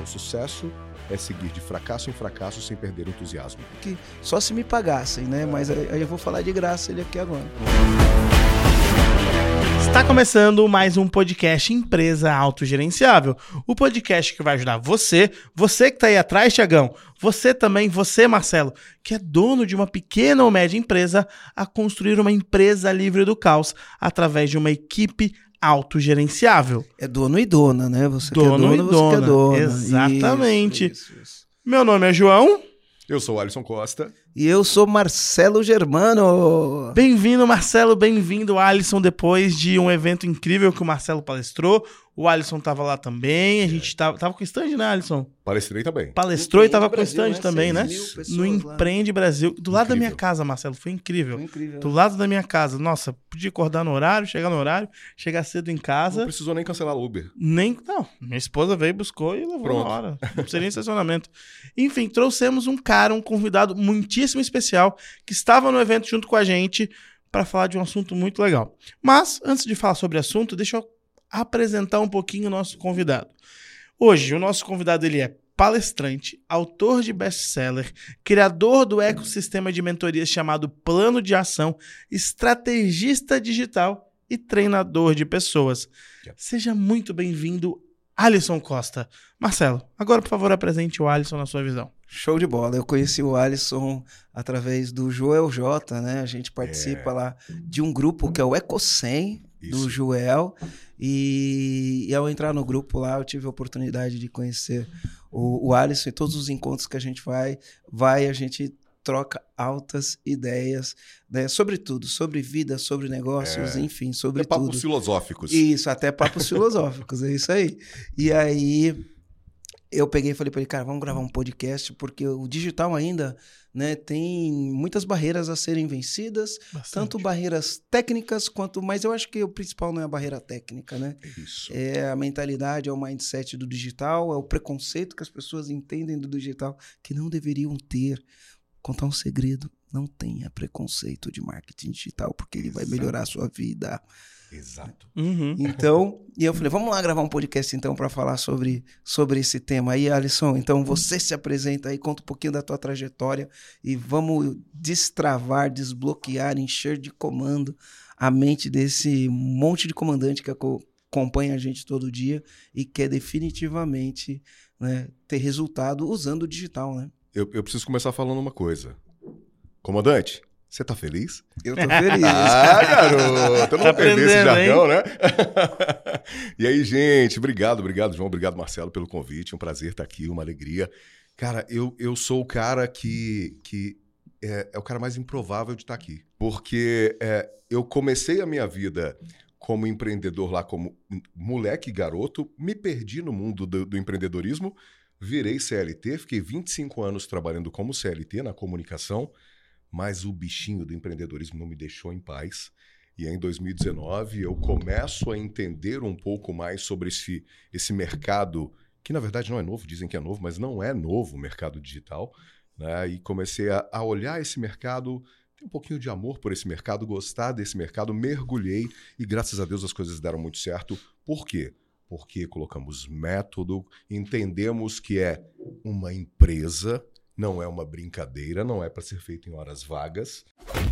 o sucesso é seguir de fracasso em fracasso sem perder o entusiasmo. Que só se me pagassem, né? Mas aí eu vou falar de graça ele aqui agora. Está começando mais um podcast Empresa Autogerenciável. O podcast que vai ajudar você que está aí atrás, Thiagão, você também, você, Marcelo, que é dono de uma pequena ou média empresa, a construir uma empresa livre do caos através de uma equipe autogerenciável. É dono e dona, né? Você Dono que é e dono, dona. você que é dona. Exatamente. Isso. Meu nome é João. Eu sou o Alisson Costa. E eu sou Marcelo Germano. Bem-vindo, Marcelo, bem-vindo, Alisson, depois de um evento incrível que o Marcelo palestrou. O Alisson tava lá também, a gente tava com o stand, né, Alisson? Palestrei também. Palestrou e tava com o Brasil, stand também, né? 6.000 pessoas No Empreende Brasil, do lado da minha Incrível. casa, Marcelo, foi incrível. Foi incrível. Do lado da minha casa, nossa, podia acordar no horário, chegar cedo em Não casa. precisou nem cancelar o Uber. Não, minha esposa veio, buscou e levou Pronto. na hora. Não precisa nem estacionamento. Enfim, trouxemos um convidado muitíssimo especial, que estava no evento junto com a gente para falar de um assunto muito legal. Mas, antes de falar sobre o assunto, deixa eu apresentar um pouquinho o nosso convidado. Hoje, o nosso convidado ele é palestrante, autor de best-seller, criador do ecossistema de mentorias chamado Plano de Ação, estrategista digital e treinador de pessoas. Seja muito bem-vindo, Alisson Costa. Marcelo, agora, por favor, apresente o Alisson na sua visão. Show de bola. Eu conheci o Alisson através do Joel J, né? A gente participa lá de um grupo que é o Ecosem, do Isso. Joel. E ao entrar no grupo lá, eu tive a oportunidade de conhecer o Alisson. E todos os encontros que a gente vai, a gente troca altas ideias, né? Sobre tudo, sobre vida, sobre negócios, enfim, sobre É papos tudo. filosóficos. Isso, até papos filosóficos, é isso aí. E aí eu peguei e falei para ele, cara, vamos gravar um podcast, porque o digital ainda, né, tem muitas barreiras a serem vencidas, Bastante. tanto barreiras técnicas quanto, mas eu acho que o principal não é a barreira técnica, né? Isso. É a mentalidade, é o mindset do digital, é o preconceito que as pessoas entendem do digital, que não deveriam ter. Contar um segredo, não tenha preconceito de marketing digital, porque ele vai melhorar a sua vida. Exato. Uhum. Então, e eu falei, vamos lá gravar um podcast então para falar sobre esse tema aí, Alisson. Então você se apresenta aí, conta um pouquinho da tua trajetória e vamos destravar, desbloquear, encher de comando a mente desse monte de comandante que acompanha a gente todo dia e quer definitivamente, né, ter resultado usando o digital, né? Eu preciso começar falando uma coisa. Comandante, você tá feliz? Eu tô feliz. Ah, garoto! Eu não Tá vou perder esse aprendendo, jargão, né? E aí, gente, obrigado, João, obrigado, Marcelo, pelo convite. Um prazer estar aqui, uma alegria. Cara, eu sou o cara que é o cara mais improvável de estar aqui. Porque eu comecei a minha vida como empreendedor lá, como moleque e garoto, me perdi no mundo do empreendedorismo, virei CLT, fiquei 25 anos trabalhando como CLT na comunicação, mas o bichinho do empreendedorismo não me deixou em paz. E aí, em 2019, eu começo a entender um pouco mais sobre esse mercado, que na verdade não é novo, dizem que é novo, mas não é novo o mercado digital, né? E comecei a olhar esse mercado, ter um pouquinho de amor por esse mercado, gostar desse mercado, mergulhei e graças a Deus as coisas deram muito certo. Por quê? Porque colocamos método, entendemos que é uma empresa, não é uma brincadeira, não é para ser feito em horas vagas.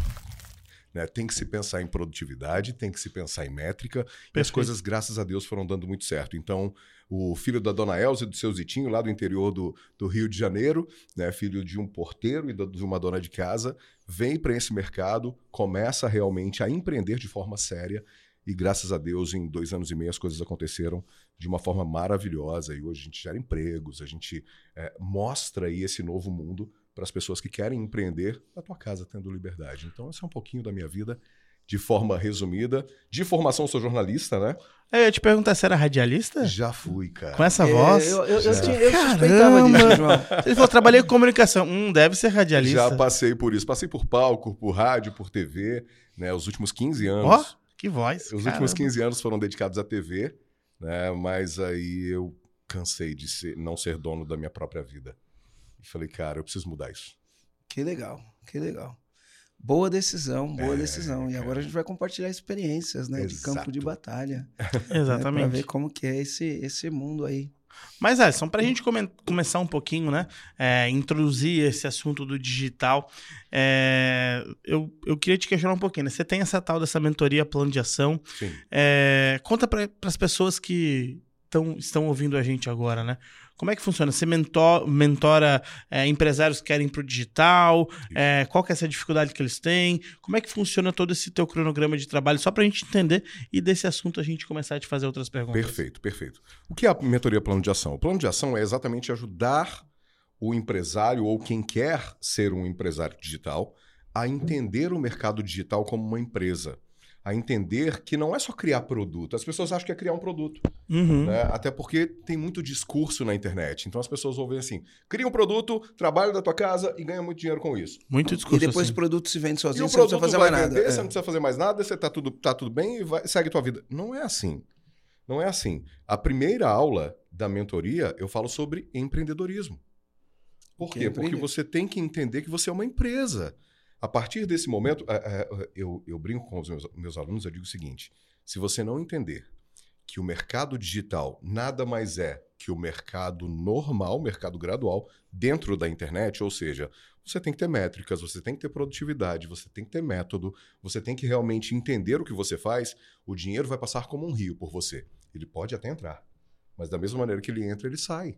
Né? Tem que se pensar em produtividade, tem que se pensar em métrica. E as coisas, graças a Deus, foram dando muito certo. Então, o filho da dona Elza e do seu Zitinho, lá do interior do Rio de Janeiro, né? Filho de um porteiro e de uma dona de casa, vem para esse mercado, começa realmente a empreender de forma séria. E graças a Deus, em 2 anos e meio, as coisas aconteceram de uma forma maravilhosa. E hoje a gente gera empregos, a gente mostra aí esse novo mundo para as pessoas que querem empreender na tua casa, tendo liberdade. Então, esse é um pouquinho da minha vida, de forma resumida. De formação, sou jornalista, né? Eu ia te perguntar se era radialista? Já fui, cara. Com essa voz? Eu Já. suspeitava disso, João. Ele falou, trabalhei com comunicação. Deve ser radialista. Já passei por isso. Passei por palco, por rádio, por TV, né? Os últimos 15 anos. Ó, que voz. Os últimos 15 anos foram dedicados à TV, né? Mas aí eu cansei de não ser dono da minha própria vida. E falei, cara, eu preciso mudar isso. Que legal, que legal. Boa decisão, boa decisão. E agora a gente vai compartilhar experiências, né, de campo de batalha. Exatamente. Para ver como que é esse mundo aí. Mas, Alisson, para a gente começar um pouquinho, né, introduzir esse assunto do digital, eu queria te questionar um pouquinho, né? Você tem essa tal dessa mentoria, plano de ação. Sim. Conta para as pessoas que estão ouvindo a gente agora, né? Como é que funciona? Você mentora empresários que querem ir para o digital? Qual que é essa dificuldade que eles têm? Como é que funciona todo esse teu cronograma de trabalho? Só para a gente entender e desse assunto a gente começar a te fazer outras perguntas. Perfeito. O que é a mentoria plano de ação? O plano de ação é exatamente ajudar o empresário ou quem quer ser um empresário digital a entender o mercado digital como uma empresa. A entender que não é só criar produto. As pessoas acham que é criar um produto. Né? Até porque tem muito discurso na internet. Então as pessoas ouvem assim, cria um produto, trabalha da tua casa e ganha muito dinheiro com isso. Muito discurso. E depois assim. O produto se vende sozinho, e o você não produto precisa fazer vai mais vender, nada. você não precisa fazer mais nada, você tá tudo bem e segue tua vida. Não é assim. Não é assim. A primeira aula da mentoria, eu falo sobre empreendedorismo. Por quê? Porque você tem que entender que você é uma empresa. A partir desse momento, eu brinco com os meus alunos, eu digo o seguinte, se você não entender que o mercado digital nada mais é que o mercado normal, o mercado gradual, dentro da internet, ou seja, você tem que ter métricas, você tem que ter produtividade, você tem que ter método, você tem que realmente entender o que você faz, o dinheiro vai passar como um rio por você. Ele pode até entrar, mas da mesma maneira que ele entra, ele sai.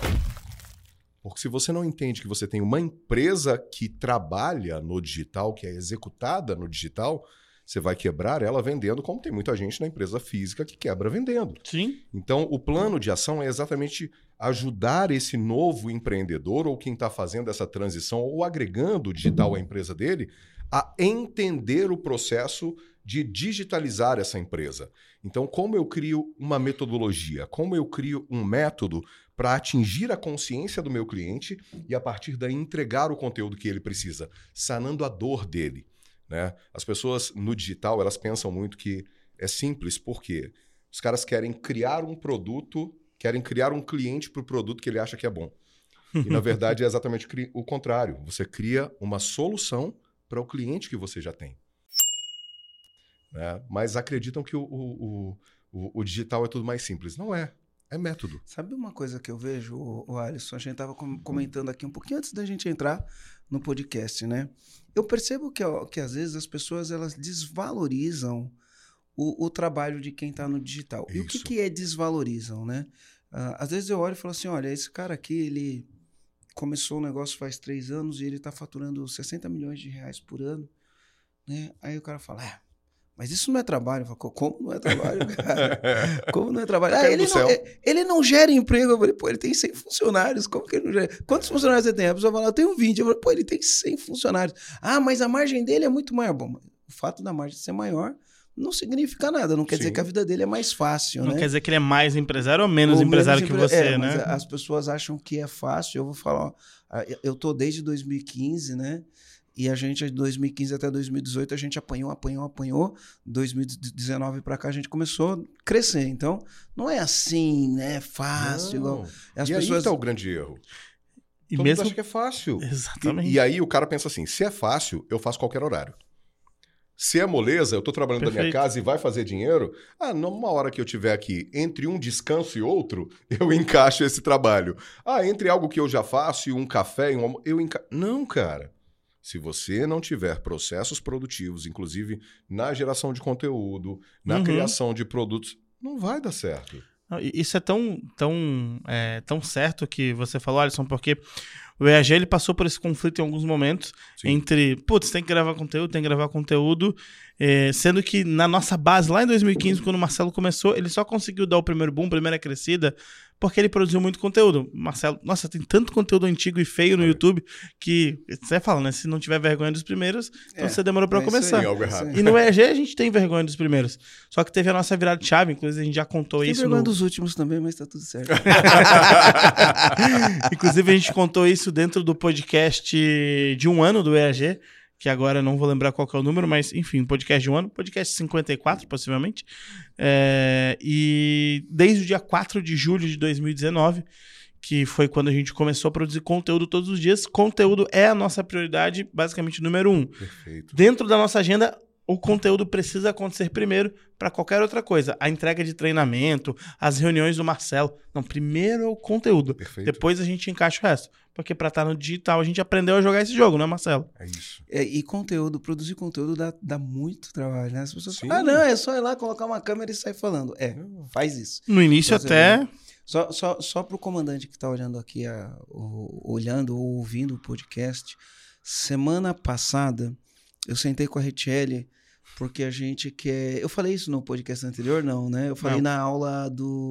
Porque se você não entende que você tem uma empresa que trabalha no digital, que é executada no digital, você vai quebrar ela vendendo, como tem muita gente na empresa física que quebra vendendo. Sim. Então, o plano de ação é exatamente ajudar esse novo empreendedor ou quem está fazendo essa transição ou agregando o digital à empresa dele a entender o processo de digitalizar essa empresa. Então, como eu crio uma metodologia, como eu crio um método para atingir a consciência do meu cliente e, a partir daí, entregar o conteúdo que ele precisa, sanando a dor dele. Né? As pessoas no digital, elas pensam muito que é simples, porque os caras querem criar um produto, querem criar um cliente para o produto que ele acha que é bom. E, na verdade, é exatamente o contrário. Você cria uma solução para o cliente que você já tem. Né? Mas acreditam que o digital é tudo mais simples. Não é. É método. Sabe uma coisa que eu vejo, o Alisson? A gente estava comentando aqui um pouquinho antes da gente entrar no podcast, né? Eu percebo que às vezes as pessoas elas desvalorizam o trabalho de quem está no digital. Isso. E o que é desvalorizam, né? Às vezes eu olho e falo assim, olha, esse cara aqui, ele começou o negócio faz 3 anos e ele está faturando 60 milhões de reais por ano, né? Aí o cara fala, mas isso não é trabalho. Eu falo, como não é trabalho, cara? Como não é trabalho? Ele não gera emprego. Eu falei, ele tem 100 funcionários. Como que ele não gera? Quantos funcionários você tem? A pessoa fala, eu tenho 20. Eu falei, ele tem 100 funcionários. Mas a margem dele é muito maior. Bom, o fato da margem ser maior não significa nada. Não quer dizer que a vida dele é mais fácil, não né? quer dizer que ele é mais empresário ou menos empresário que você, né? Mas as pessoas acham que é fácil. Eu vou falar, eu tô desde 2015, né? E a gente, de 2015 até 2018, a gente apanhou. 2019 para cá, a gente começou a crescer. Então, não é assim, né? Fácil. Igual as pessoas... aí está o grande erro. E Todo mesmo mundo acha que é fácil. Exatamente. E aí o cara pensa assim, se é fácil, eu faço qualquer horário. Se é moleza, eu estou trabalhando da minha casa e vai fazer dinheiro, numa hora que eu tiver aqui, entre um descanso e outro, eu encaixo esse trabalho. Entre algo que eu já faço e um café, eu encaixo... Não, cara. Se você não tiver processos produtivos, inclusive na geração de conteúdo, na criação de produtos, não vai dar certo. Isso é tão certo que você falou, Alisson, porque o EAG ele passou por esse conflito em alguns momentos. Sim. Entre, tem que gravar conteúdo, sendo que na nossa base, lá em 2015, quando o Marcelo começou, ele só conseguiu dar o primeiro boom, primeira crescida, porque ele produziu muito conteúdo. Marcelo, nossa, tem tanto conteúdo antigo e feio no YouTube que você fala, né? Se não tiver vergonha dos primeiros, então você demorou pra começar. Tem algo errado. E no EAG a gente tem vergonha dos primeiros. Só que teve a nossa virada de chave, inclusive a gente já contou isso. Tem vergonha dos últimos também, mas tá tudo certo. Inclusive a gente contou isso dentro do podcast de 1 ano do EAG, que agora não vou lembrar qual que é o número, mas enfim, podcast de 1 ano, podcast 54, possivelmente. E desde o dia 4 de julho de 2019, que foi quando a gente começou a produzir conteúdo todos os dias, conteúdo é a nossa prioridade, basicamente, número 1. Perfeito. Dentro da nossa agenda, o conteúdo precisa acontecer primeiro para qualquer outra coisa. A entrega de treinamento, as reuniões do Marcelo. Não, primeiro é o conteúdo. Perfeito. Depois a gente encaixa o resto. Porque para estar no digital, a gente aprendeu a jogar esse jogo, né, Marcelo? É isso. E conteúdo, produzir conteúdo dá muito trabalho, né? As pessoas Sim. falam, não, é só ir lá, colocar uma câmera e sair falando. Faz isso. No início até... Só para o comandante que está olhando aqui, olhando ou ouvindo o podcast, semana passada eu sentei com a Richelle porque a gente quer... Eu falei isso no podcast anterior? Não, né? Eu falei na aula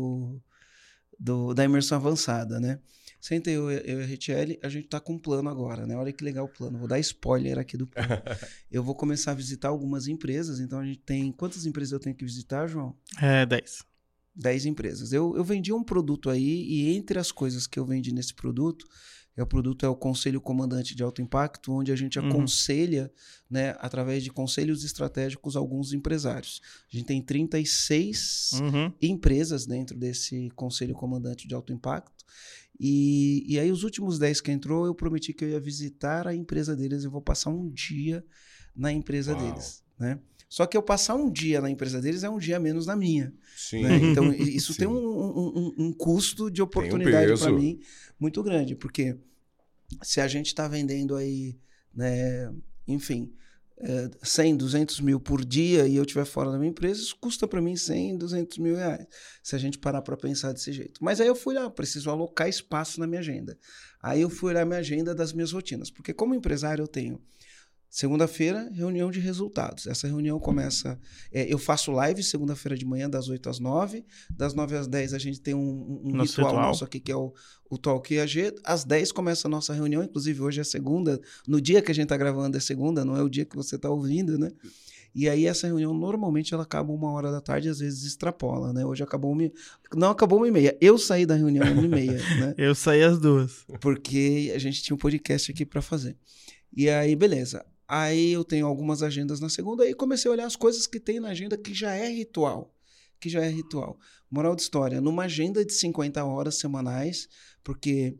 da imersão avançada, né? Sentei eu e a Richelle, a gente tá com um plano agora, né? Olha que legal o plano. Vou dar spoiler aqui do plano. Eu vou começar a visitar algumas empresas, então a gente tem... Quantas empresas eu tenho que visitar, João? 10. 10 empresas. Eu vendi um produto aí e entre as coisas que eu vendi nesse produto, o Conselho Comandante de Alto Impacto, onde a gente aconselha, né, através de conselhos estratégicos, alguns empresários. A gente tem 36 empresas dentro desse Conselho Comandante de Alto Impacto. E aí os últimos 10 que entrou, eu prometi que eu ia visitar a empresa deles e vou passar um dia na empresa deles, né? Só que eu passar um dia na empresa deles é um dia menos na minha. Sim. Né? Então, isso Sim. tem um custo de oportunidade para mim muito grande. Porque se a gente está vendendo aí, né, enfim, 100, 200 mil por dia e eu estiver fora da minha empresa, isso custa para mim 100, 200 mil reais. Se a gente parar para pensar desse jeito. Mas aí eu fui lá, preciso alocar espaço na minha agenda. Aí eu fui olhar minha agenda das minhas rotinas. Porque como empresário eu tenho... Segunda-feira, reunião de resultados. Essa reunião começa... eu faço live segunda-feira de manhã, das 8 às 9. Das 9 às 10 a gente tem um ritual nosso aqui, que é o Talk EAG. Às 10 começa a nossa reunião. Inclusive, hoje é segunda. No dia que a gente está gravando é segunda, não é o dia que você está ouvindo, né? E aí essa reunião, normalmente, ela acaba 1h da tarde, às vezes extrapola, né? Hoje acabou não acabou 1h30. Eu saí da reunião 1h30, né? Eu saí às 2. Porque a gente tinha um podcast aqui para fazer. E aí, beleza. Aí eu tenho algumas agendas na segunda e comecei a olhar as coisas que tem na agenda que já é ritual. Moral de história, numa agenda de 50 horas semanais, porque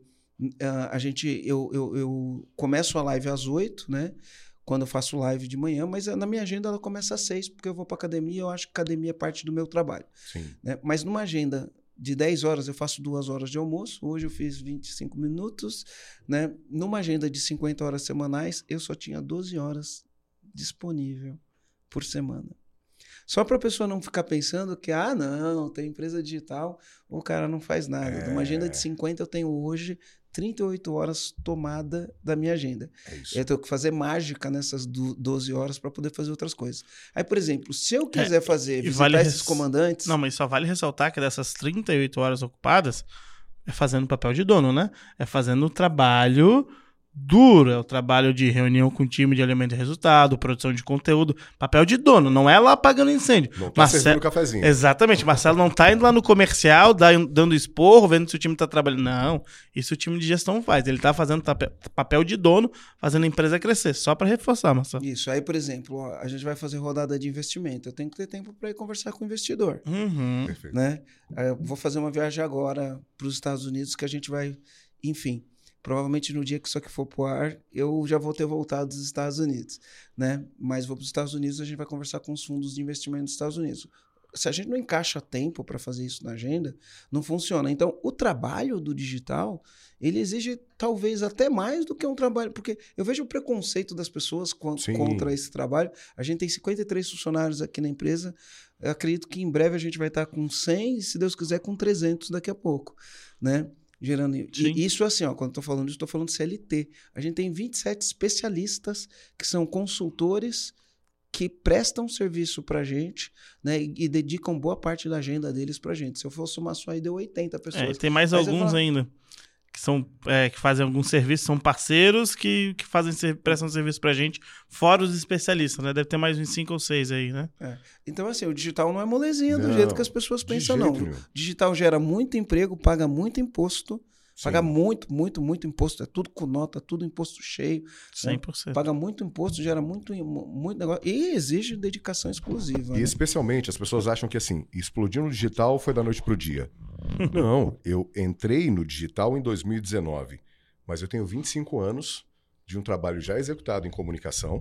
eu começo a live às 8, né? Quando eu faço live de manhã, mas na minha agenda ela começa às 6, porque eu vou para academia e eu acho que academia é parte do meu trabalho. Sim. Né? Mas numa agenda de 10 horas eu faço 2 horas de almoço. Hoje eu fiz 25 minutos, né? Numa agenda de 50 horas semanais, eu só tinha 12 horas disponível por semana. Só para a pessoa não ficar pensando que, não, tem empresa digital, o cara não faz nada. Numa agenda de 50 eu tenho hoje 38 horas tomada da minha agenda. Eu tenho que fazer mágica nessas 12 horas para poder fazer outras coisas. Aí, por exemplo, se eu quiser visitar esses comandantes... Não, mas só vale ressaltar que dessas 38 horas ocupadas, é fazendo papel de dono, né? É fazendo o trabalho duro, é o trabalho de reunião com o time de alimento e resultado, produção de conteúdo, papel de dono, não é lá apagando incêndio. Não tá servindo cafezinho. Exatamente, Marcelo não tá indo lá no comercial, dando esporro, vendo se o time tá trabalhando. Não, isso o time de gestão faz, ele tá fazendo papel de dono, fazendo a empresa crescer, só para reforçar, Marcelo. Isso, aí, por exemplo, a gente vai fazer rodada de investimento, eu tenho que ter tempo para ir conversar com o investidor. Perfeito. Né? Eu vou fazer uma viagem agora para os Estados Unidos que a gente vai, enfim... Provavelmente no dia que isso aqui for pro ar, eu já vou ter voltado dos Estados Unidos, né? Mas vou para os Estados Unidos, a gente vai conversar com os fundos de investimento dos Estados Unidos. Se a gente não encaixa tempo para fazer isso na agenda, não funciona. Então, o trabalho do digital, ele exige talvez até mais do que um trabalho, porque eu vejo o preconceito das pessoas contra esse trabalho. A gente tem 53 funcionários aqui na empresa, eu acredito que em breve a gente vai estar com 100 e, se Deus quiser, com 300 daqui a pouco, né? Gerando. E isso assim, quando estou falando isso, estou falando CLT. A gente tem 27 especialistas que são consultores que prestam serviço para a gente, né, e dedicam boa parte da agenda deles para a gente. Se eu for somar só aí, deu 80 pessoas. Tem mais alguns ainda que são que fazem alguns serviços, são parceiros que prestam serviço pra gente, fora os especialistas, né? Deve ter mais uns 5 ou 6 aí, né? Então, assim, o digital não é molezinha do jeito que as pessoas pensam, não. O digital gera muito emprego, paga muito imposto, paga muito, muito, muito imposto. É tudo com nota, tudo imposto cheio. 100%. Né? Paga muito imposto, gera muito negócio. E exige dedicação exclusiva. E né? especialmente, as pessoas acham que assim, explodir no digital foi da noite pro dia. Não, eu entrei no digital em 2019, mas eu tenho 25 anos de um trabalho já executado em comunicação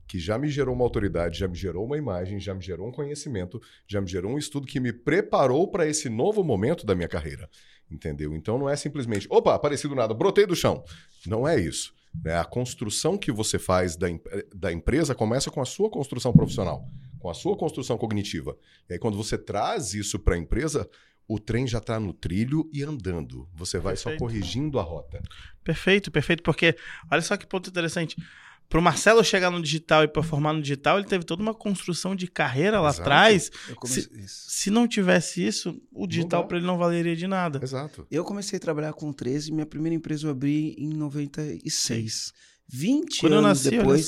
que já me gerou uma autoridade, já me gerou uma imagem, já me gerou um conhecimento, já me gerou um estudo que me preparou para esse novo momento da minha carreira, entendeu? Então não é simplesmente, opa, apareci do nada, brotei do chão. Não é isso. Né? A construção que você faz da empresa começa com a sua construção profissional, com a sua construção cognitiva. E aí quando você traz isso para a empresa, o trem já está no trilho e andando. Você vai só corrigindo a rota. Perfeito, perfeito, porque olha só que ponto interessante. Para o Marcelo chegar no digital e performar no digital, ele teve toda uma construção de carreira lá atrás. Se não tivesse isso, o digital para ele não valeria de nada. Exato. Eu comecei a trabalhar com 13, minha primeira empresa eu abri em 96. 20 Quando anos eu nasci, depois,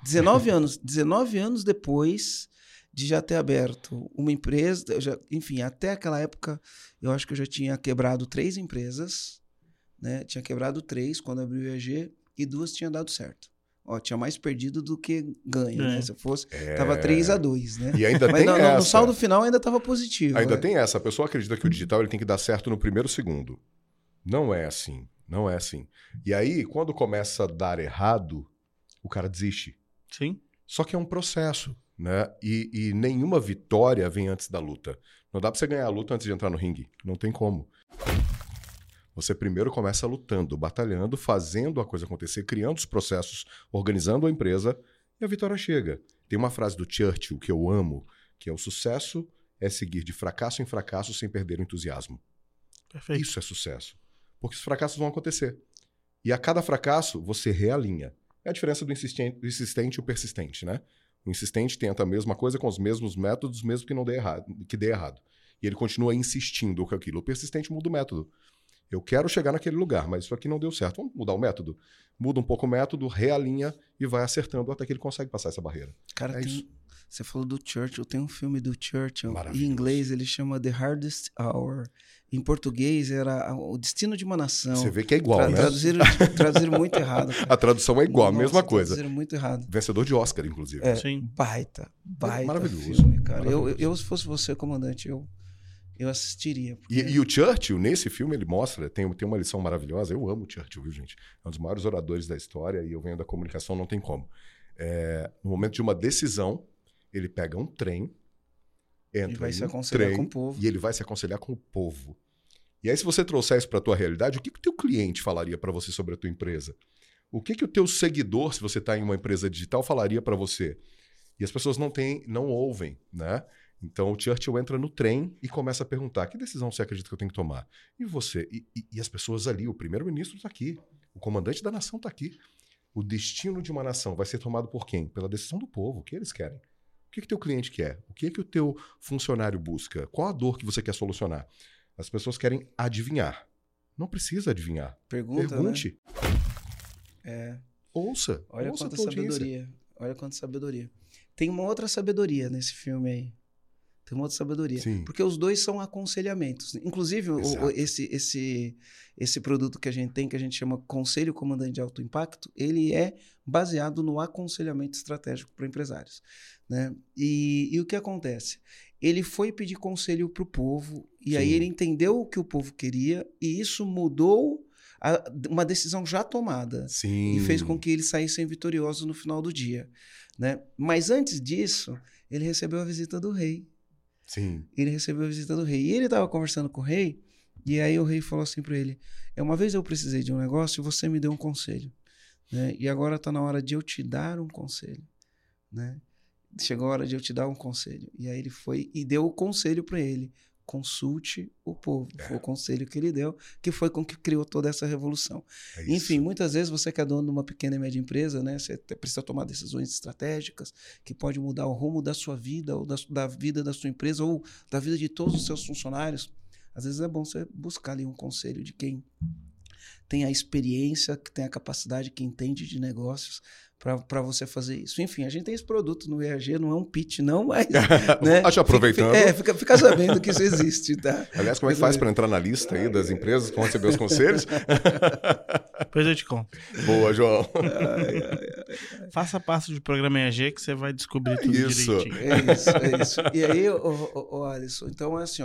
19 anos depois de já ter aberto uma empresa, enfim, até aquela época, eu acho que eu já tinha quebrado 3 empresas, né? Tinha quebrado 3 quando abri o EAG e 2 tinham dado certo. Ó, tinha mais perdido do que ganho, né? Se eu fosse, tava 3-2, né? E ainda mas tem essa. No saldo final ainda tava positivo. Ainda tem essa. A pessoa acredita que o digital ele tem que dar certo no primeiro segundo. Não é assim. Não é assim. E aí, quando começa a dar errado, o cara desiste. Sim. Só que é um processo, né? E nenhuma vitória vem antes da luta. Não dá pra você ganhar a luta antes de entrar no ringue. Não tem como. Você primeiro começa lutando, batalhando, fazendo a coisa acontecer, criando os processos, organizando a empresa e a vitória chega. Tem uma frase do Churchill que eu amo, que é: o sucesso é seguir de fracasso em fracasso sem perder o entusiasmo. Perfeito. Isso é sucesso. Porque os fracassos vão acontecer. E a cada fracasso, você realinha. É a diferença do insistente e o persistente, né? O insistente tenta a mesma coisa com os mesmos métodos, mesmo que não dê errado, que dê errado. E ele continua insistindo com aquilo. O persistente muda o método. Eu quero chegar naquele lugar, mas isso aqui não deu certo. Vamos mudar o método? Muda um pouco o método, realinha e vai acertando até que ele consegue passar essa barreira. Cara, isso. Você falou do Churchill, tem um filme do Churchill. Em inglês ele chama The Hardest Hour. Em português era O Destino de uma Nação. Você vê que é igual, né? Traduziram muito errado. Cara. A tradução é igual, a mesma coisa. Traduziram muito errado. Vencedor de Oscar, inclusive. Sim. Baita maravilhoso, filme, cara. Maravilhoso. Eu, se fosse você, comandante, eu assistiria. Porque... E o Churchill, nesse filme, ele mostra, tem uma lição maravilhosa. Eu amo o Churchill, viu, gente? É um dos maiores oradores da história e eu venho da comunicação, não tem como. No momento de uma decisão, ele pega um trem, entra e vai se um aconselhar trem com o povo. E ele vai se aconselhar com o povo. E aí, se você trouxer isso para a tua realidade, o que o teu cliente falaria para você sobre a tua empresa? O que o teu seguidor, se você está em uma empresa digital, falaria para você? E as pessoas não ouvem, né? Então, o Churchill entra no trem e começa a perguntar: que decisão você acredita que eu tenho que tomar? E você? E as pessoas ali, o primeiro-ministro está aqui, o comandante da nação está aqui. O destino de uma nação vai ser tomado por quem? Pela decisão do povo, o que eles querem. O que teu cliente quer? O que o teu funcionário busca? Qual a dor que você quer solucionar? As pessoas querem adivinhar. Não precisa adivinhar. Pergunte. Né? Ouça. Olha ouça quanta sabedoria. Olha quanta sabedoria. Tem uma outra sabedoria nesse filme aí. Tem uma outra sabedoria. Sim. Porque os dois são aconselhamentos. Inclusive, esse produto que a gente tem, que a gente chama Conselho Comandante de Alto Impacto, ele é baseado no aconselhamento estratégico para empresários. Né? E o que acontece? Ele foi pedir conselho para o povo, e aí ele entendeu o que o povo queria, e isso mudou uma decisão já tomada. Sim. E fez com que eles saíssem vitoriosos no final do dia. Né? Mas antes disso, ele recebeu a visita do rei. Sim. Ele recebeu a visita do rei. E ele estava conversando com o rei, e aí o rei falou assim para ele: uma vez eu precisei de um negócio e você me deu um conselho. Né? E agora está na hora de eu te dar um conselho. Né? Chegou a hora de eu te dar um conselho. E aí ele foi e deu o conselho para ele: consulte o povo. Foi o conselho que ele deu, que foi com que criou toda essa revolução. Enfim, muitas vezes você que é dono de uma pequena e média empresa, né, você precisa tomar decisões estratégicas que podem mudar o rumo da sua vida, ou da vida da sua empresa, ou da vida de todos os seus funcionários. Às vezes é bom você buscar ali um conselho de quem tem a experiência, que tem a capacidade, que entende de negócios, para você fazer isso. Enfim, a gente tem esse produto no EAG, não é um pitch não, mas... né, acho aproveitando. Fica sabendo que isso existe, tá? Aliás, como é que faz para entrar na lista aí das empresas que vão receber os conselhos? Depois eu te conto. Boa, João. Faça parte do programa EAG que você vai descobrir tudo direitinho. É isso. E aí, Alisson, então assim, ó,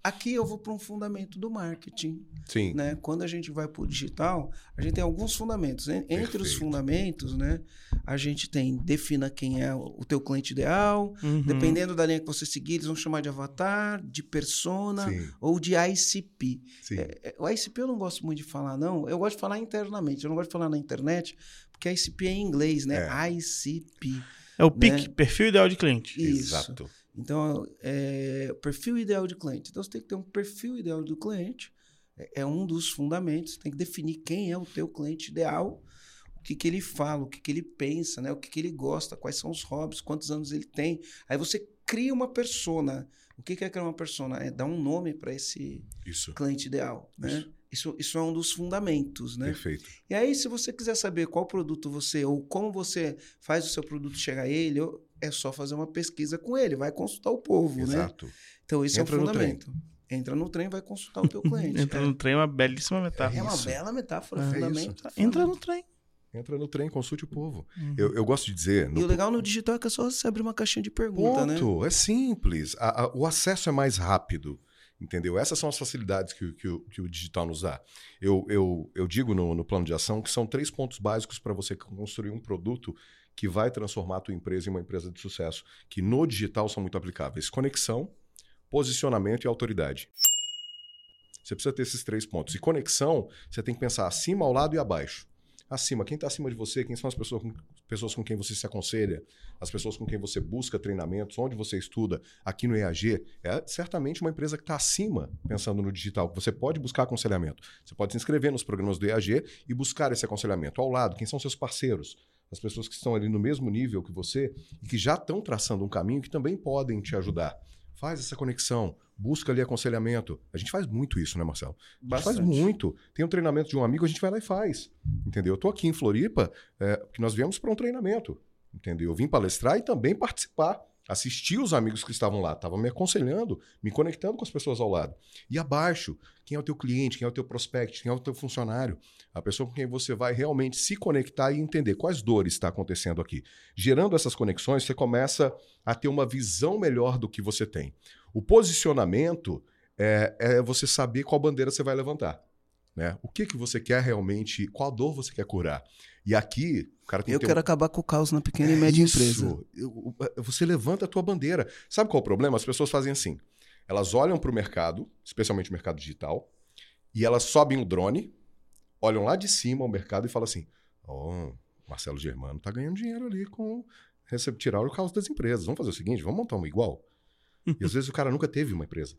Aqui eu vou para um fundamento do marketing. Sim. Né? Quando a gente vai para o digital, a gente tem alguns fundamentos. Entre os fundamentos, né, a gente tem defina quem é o teu cliente ideal. Dependendo da linha que você seguir, eles vão chamar de avatar, de persona ou de ICP. O ICP eu não gosto muito de falar, não. Eu gosto de falar internamente. Eu não gosto de falar na internet, porque ICP é em inglês, né? ICP. É o PIC, perfil ideal de cliente. Isso. Exato. Então, perfil ideal de cliente. Então, você tem que ter um perfil ideal do cliente. É um dos fundamentos. Você tem que definir quem é o teu cliente ideal, o que ele fala, o que ele pensa, né? O que ele gosta, quais são os hobbies, quantos anos ele tem. Aí você cria uma persona. O que é criar uma persona? É dar um nome para esse cliente ideal, né? Isso é um dos fundamentos, né? Perfeito. E aí, se você quiser saber qual produto ou como você faz o seu produto chegar a ele, é só fazer uma pesquisa com ele, vai consultar o povo, Exato. né? Então, esse Entra é o fundamento. Entra no trem, vai consultar o teu cliente. Entra no trem é uma belíssima metáfora. É uma bela metáfora, fundamento. Entra no trem. Entra no trem, consulte o povo. Eu gosto de dizer... E o legal no digital é que é só você abrir uma caixinha de pergunta, né? É simples. O acesso é mais rápido. Entendeu? Essas são as facilidades que o digital nos dá. Eu digo no plano de ação que são 3 pontos básicos para você construir um produto que vai transformar a tua empresa em uma empresa de sucesso, que no digital são muito aplicáveis. Conexão, posicionamento e autoridade. Você precisa ter esses 3 pontos. E conexão, você tem que pensar acima, ao lado e abaixo. Acima, quem está acima de você, quem são as pessoas com quem você se aconselha, as pessoas com quem você busca treinamentos, onde você estuda. Aqui no EAG, é certamente uma empresa que está acima, pensando no digital, que você pode buscar aconselhamento. Você pode se inscrever nos programas do EAG e buscar esse aconselhamento. Ao lado, quem são seus parceiros? As pessoas que estão ali no mesmo nível que você e que já estão traçando um caminho que também podem te ajudar. Faz essa conexão, busca ali aconselhamento. A gente faz muito isso, né, Marcelo? A gente faz muito. Tem um treinamento de um amigo, a gente vai lá e faz. Entendeu? Eu tô aqui em Floripa, porque nós viemos para um treinamento. Entendeu? Eu vim palestrar e também participar. Assistir os amigos que estavam lá. Estavam me aconselhando, me conectando com as pessoas ao lado. E abaixo, quem é o teu cliente, quem é o teu prospect, quem é o teu funcionário. A pessoa com quem você vai realmente se conectar e entender quais dores está acontecendo aqui. Gerando essas conexões, você começa a ter uma visão melhor do que você tem. O posicionamento é você saber qual bandeira você vai levantar. Né? O que você quer realmente, qual dor você quer curar. E aqui, o cara tem que ter quero acabar com o caos na pequena e média empresa. Você levanta a tua bandeira. Sabe qual é o problema? As pessoas fazem assim. Elas olham para o mercado, especialmente o mercado digital, e elas sobem o drone, olham lá de cima o mercado e falam assim, Marcelo Germano está ganhando dinheiro ali com tirar o caos das empresas. Vamos fazer o seguinte, vamos montar uma igual. E às vezes o cara nunca teve uma empresa.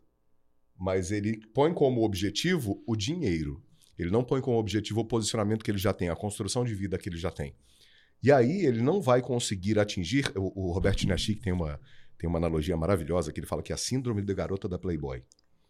Mas ele põe como objetivo o dinheiro. Ele não põe como objetivo o posicionamento que ele já tem, a construção de vida que ele já tem. E aí ele não vai conseguir atingir... O Robert Nashik tem uma analogia maravilhosa que ele fala que é a síndrome da garota da Playboy.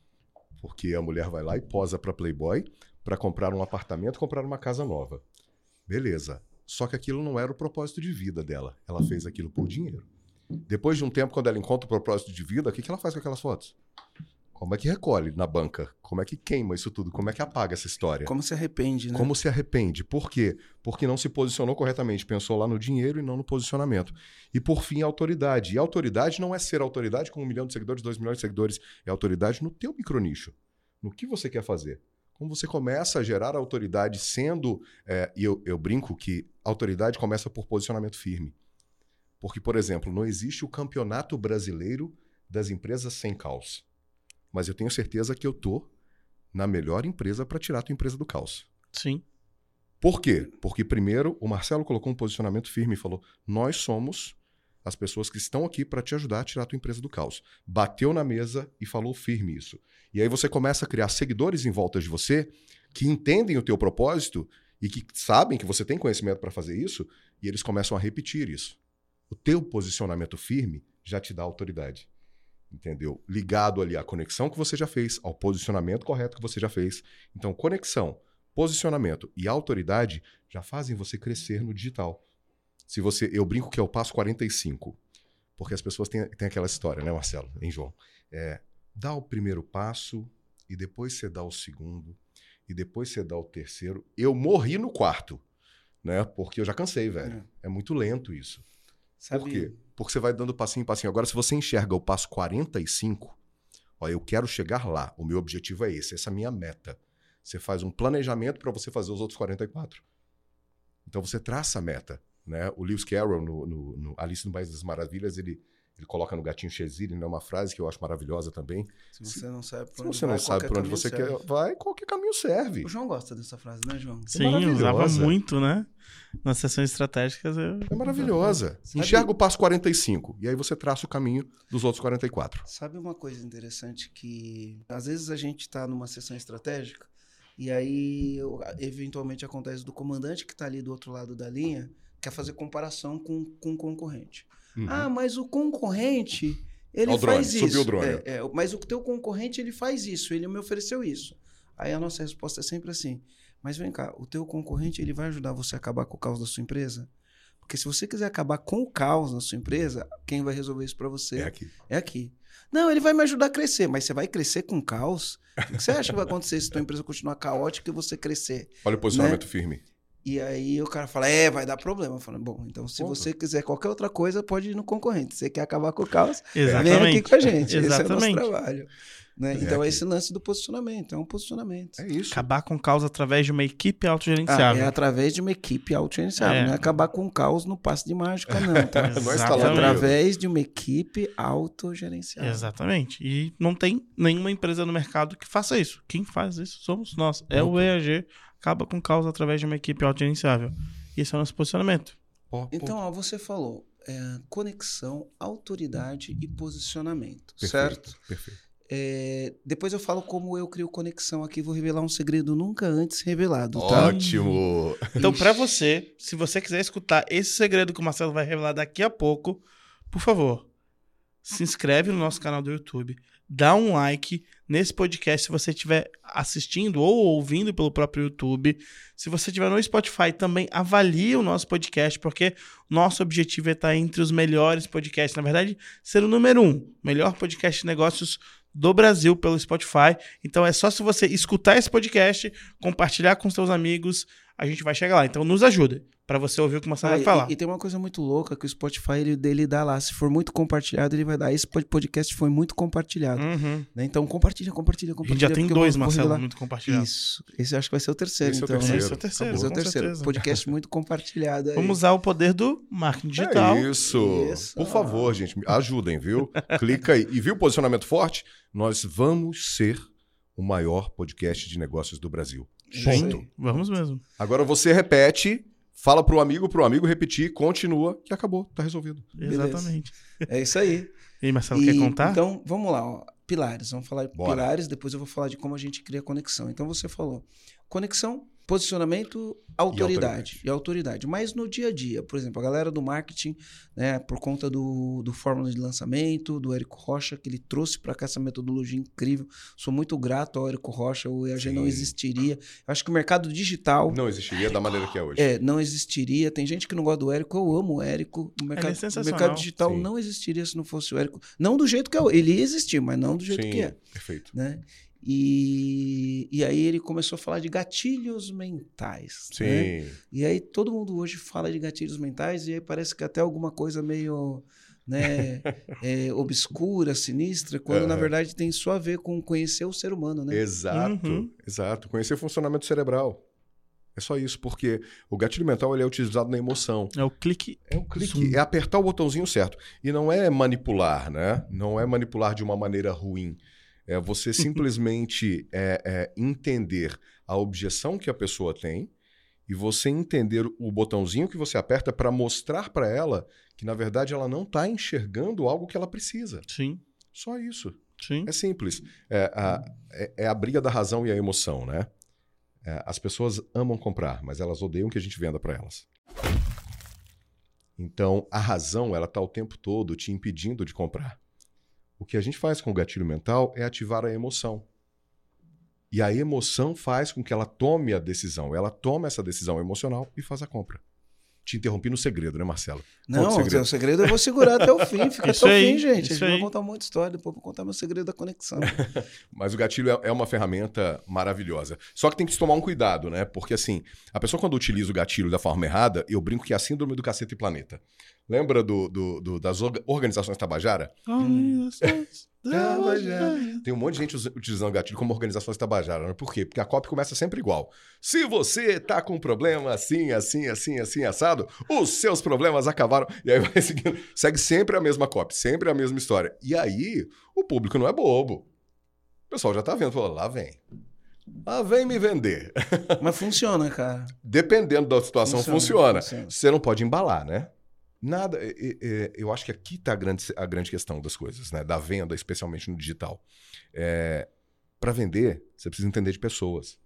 Porque a mulher vai lá e posa para Playboy para comprar um apartamento, comprar uma casa nova. Beleza. Só que aquilo não era o propósito de vida dela. Ela fez aquilo por dinheiro. Depois de um tempo, quando ela encontra o propósito de vida, o que ela faz com aquelas fotos? Como é que recolhe na banca? Como é que queima isso tudo? Como é que apaga essa história? Como se arrepende, né? Como se arrepende. Por quê? Porque não se posicionou corretamente. Pensou lá no dinheiro e não no posicionamento. E, por fim, a autoridade. E a autoridade não é ser autoridade com 1 milhão de seguidores, 2 milhões de seguidores. É autoridade no teu micronicho. No que você quer fazer. Como você começa a gerar autoridade sendo... E eu brinco que autoridade começa por posicionamento firme. Porque, por exemplo, não existe o campeonato brasileiro das empresas sem caos. Mas eu tenho certeza que eu tô na melhor empresa para tirar a tua empresa do caos. Sim. Por quê? Porque primeiro o Marcelo colocou um posicionamento firme e falou, nós somos as pessoas que estão aqui para te ajudar a tirar a tua empresa do caos. Bateu na mesa e falou firme isso. E aí você começa a criar seguidores em volta de você que entendem o teu propósito e que sabem que você tem conhecimento para fazer isso e eles começam a repetir isso. O teu posicionamento firme já te dá autoridade. Entendeu? Ligado ali à conexão que você já fez, ao posicionamento correto que você já fez. Então, conexão, posicionamento e autoridade já fazem você crescer no digital. Eu brinco que é o passo 45. Porque as pessoas têm aquela história, né, Marcelo? Hein, João? Dá o primeiro passo e depois você dá o segundo e depois você dá o terceiro. Eu morri no quarto, né? Porque eu já cansei, velho. É muito lento isso. Sabe... Por quê? Porque você vai dando passinho em passinho. Agora, se você enxerga o passo 45, Ó, eu quero chegar lá, o meu objetivo é esse, essa é a minha meta. Você faz um planejamento para você fazer os outros 44. Então você traça a meta, né? O Lewis Carroll, no Alice no País das Maravilhas, ele coloca no Gatinho Chezire, né? Uma frase que eu acho maravilhosa também. Se você não sabe por onde você quer, vai, qualquer caminho serve. O João gosta dessa frase, né, João? Sim, eu usava muito, né? Nas sessões estratégicas. É maravilhosa. Enxerga o passo 45 e aí você traça o caminho dos outros 44. Sabe uma coisa interessante que às vezes a gente está numa sessão estratégica e aí eventualmente acontece do comandante que está ali do outro lado da linha quer fazer comparação com o concorrente. Uhum. Ah, mas o concorrente, ele faz isso. Subiu o drone. Mas o teu concorrente, ele faz isso, ele me ofereceu isso. Aí a nossa resposta é sempre assim, mas vem cá, o teu concorrente, ele vai ajudar você a acabar com o caos da sua empresa? Porque se você quiser acabar com o caos na sua empresa, quem vai resolver isso para você? É aqui. Não, ele vai me ajudar a crescer, mas você vai crescer com caos? O que você acha que vai acontecer se tua empresa continuar caótica e você crescer? Olha o posicionamento firme. E aí o cara fala, vai dar problema. Eu falo, bom, então se você quiser qualquer outra coisa, pode ir no concorrente. Você quer acabar com o caos, vem aqui com a gente. Esse é o nosso trabalho. Né? Então é esse lance do posicionamento, é um posicionamento. É isso. Acabar com o caos através de uma equipe autogerenciável. É através de uma equipe autogerenciável, não é acabar com o caos no passe de mágica, não. Tá? É através de uma equipe autogerenciável. Exatamente. E não tem nenhuma empresa no mercado que faça isso. Quem faz isso somos nós. É o EAG, acaba com o caos através de uma equipe autogerenciável. Esse é o nosso posicionamento. Então, você falou conexão, autoridade e posicionamento, perfeito, certo? Perfeito. Depois eu falo como eu crio conexão aqui, vou revelar um segredo nunca antes revelado, tá? Ótimo! Então, para você, se você quiser escutar esse segredo que o Marcelo vai revelar daqui a pouco, por favor, se inscreve no nosso canal do YouTube, dá um like nesse podcast se você estiver assistindo ou ouvindo pelo próprio YouTube. Se você estiver no Spotify, também avalie o nosso podcast, porque nosso objetivo é estar entre os melhores podcasts. Na verdade, ser o número 1, melhor podcast de negócios do Brasil pelo Spotify. Então é só se você escutar esse podcast, compartilhar com seus amigos, a gente vai chegar lá. Então nos ajuda para você ouvir o que o Marcelo vai falar. E tem uma coisa muito louca que o Spotify ele dá lá. Se for muito compartilhado, ele vai dar. Esse podcast foi muito compartilhado. Uhum. Né? Então compartilha. A gente já tem 2, Marcelo, muito compartilhados. Isso. Esse acho que vai ser o terceiro. Esse então, é o terceiro. Esse é o terceiro. Podcast muito compartilhado. Aí. Vamos usar o poder do marketing digital. Isso. Por favor, gente, ajudem, viu? Clica aí. E viu o posicionamento forte? Nós vamos ser o maior podcast de negócios do Brasil. Ponto. Vamos mesmo. Agora você repete, fala pro amigo repetir, continua, que acabou, tá resolvido. Exatamente. É isso aí. E Marcelo, quer contar? Então, vamos lá. Ó. Pilares. Vamos falar de pilares, depois eu vou falar de como a gente cria conexão. Então, você falou conexão, posicionamento, autoridade. E autoridade. Mas no dia a dia, por exemplo, a galera do marketing, né, por conta do Fórmula de Lançamento, do Érico Rocha, que ele trouxe para cá essa metodologia incrível. Sou muito grato ao Érico Rocha, o EAG não existiria. Eu acho que o mercado digital... Não existiria da maneira que é hoje. Não existiria. Tem gente que não gosta do Érico, eu amo o Érico. O mercado digital não existiria se não fosse o Érico. Não do jeito que é. Ele ia existir, mas não do jeito que é. Perfeito. Né? E aí ele começou a falar de gatilhos mentais. Sim. Né? E aí todo mundo hoje fala de gatilhos mentais e aí parece que até alguma coisa meio né, obscura, sinistra, quando na verdade tem só a ver com conhecer o ser humano. Né? Exato. Conhecer o funcionamento cerebral. É só isso, porque o gatilho mental ele é utilizado na emoção. É o clique. É apertar o botãozinho certo. E não é manipular, né? Não é manipular de uma maneira ruim. É você simplesmente entender a objeção que a pessoa tem e você entender o botãozinho que você aperta para mostrar para ela que, na verdade, ela não está enxergando algo que ela precisa. Sim. Só isso. Sim. É simples. É a briga da razão e a emoção, né? As pessoas amam comprar, mas elas odeiam que a gente venda para elas. Então, a razão ela está o tempo todo te impedindo de comprar. O que a gente faz com o gatilho mental é ativar a emoção. E a emoção faz com que ela tome a decisão. Ela toma essa decisão emocional e faz a compra. Te interrompi no segredo, né, Marcelo? Não, o segredo eu vou segurar até o fim. Fica até o fim, gente. A gente vai contar um monte de história, depois vou contar meu segredo da conexão. Mas o gatilho é uma ferramenta maravilhosa. Só que tem que se tomar um cuidado, né? Porque assim, a pessoa quando utiliza o gatilho da forma errada, eu brinco que é a síndrome do cacete e planeta. Lembra das organizações Tabajara? Tabajara. Tem um monte de gente utilizando gatilho como organizações Tabajara. Né? Por quê? Porque a copy começa sempre igual. Se você tá com um problema assim, assado, os seus problemas acabaram. E aí vai seguindo. Segue sempre a mesma copy, sempre a mesma história. E aí, o público não é bobo. O pessoal já tá vendo. Falou, lá vem. Lá vem me vender. Mas funciona, cara. Dependendo da situação, funciona. Funciona. Você não pode embalar, né? Nada. Eu acho que aqui está a grande questão das coisas, né? Da venda, especialmente no digital. Para vender, você precisa entender de pessoas.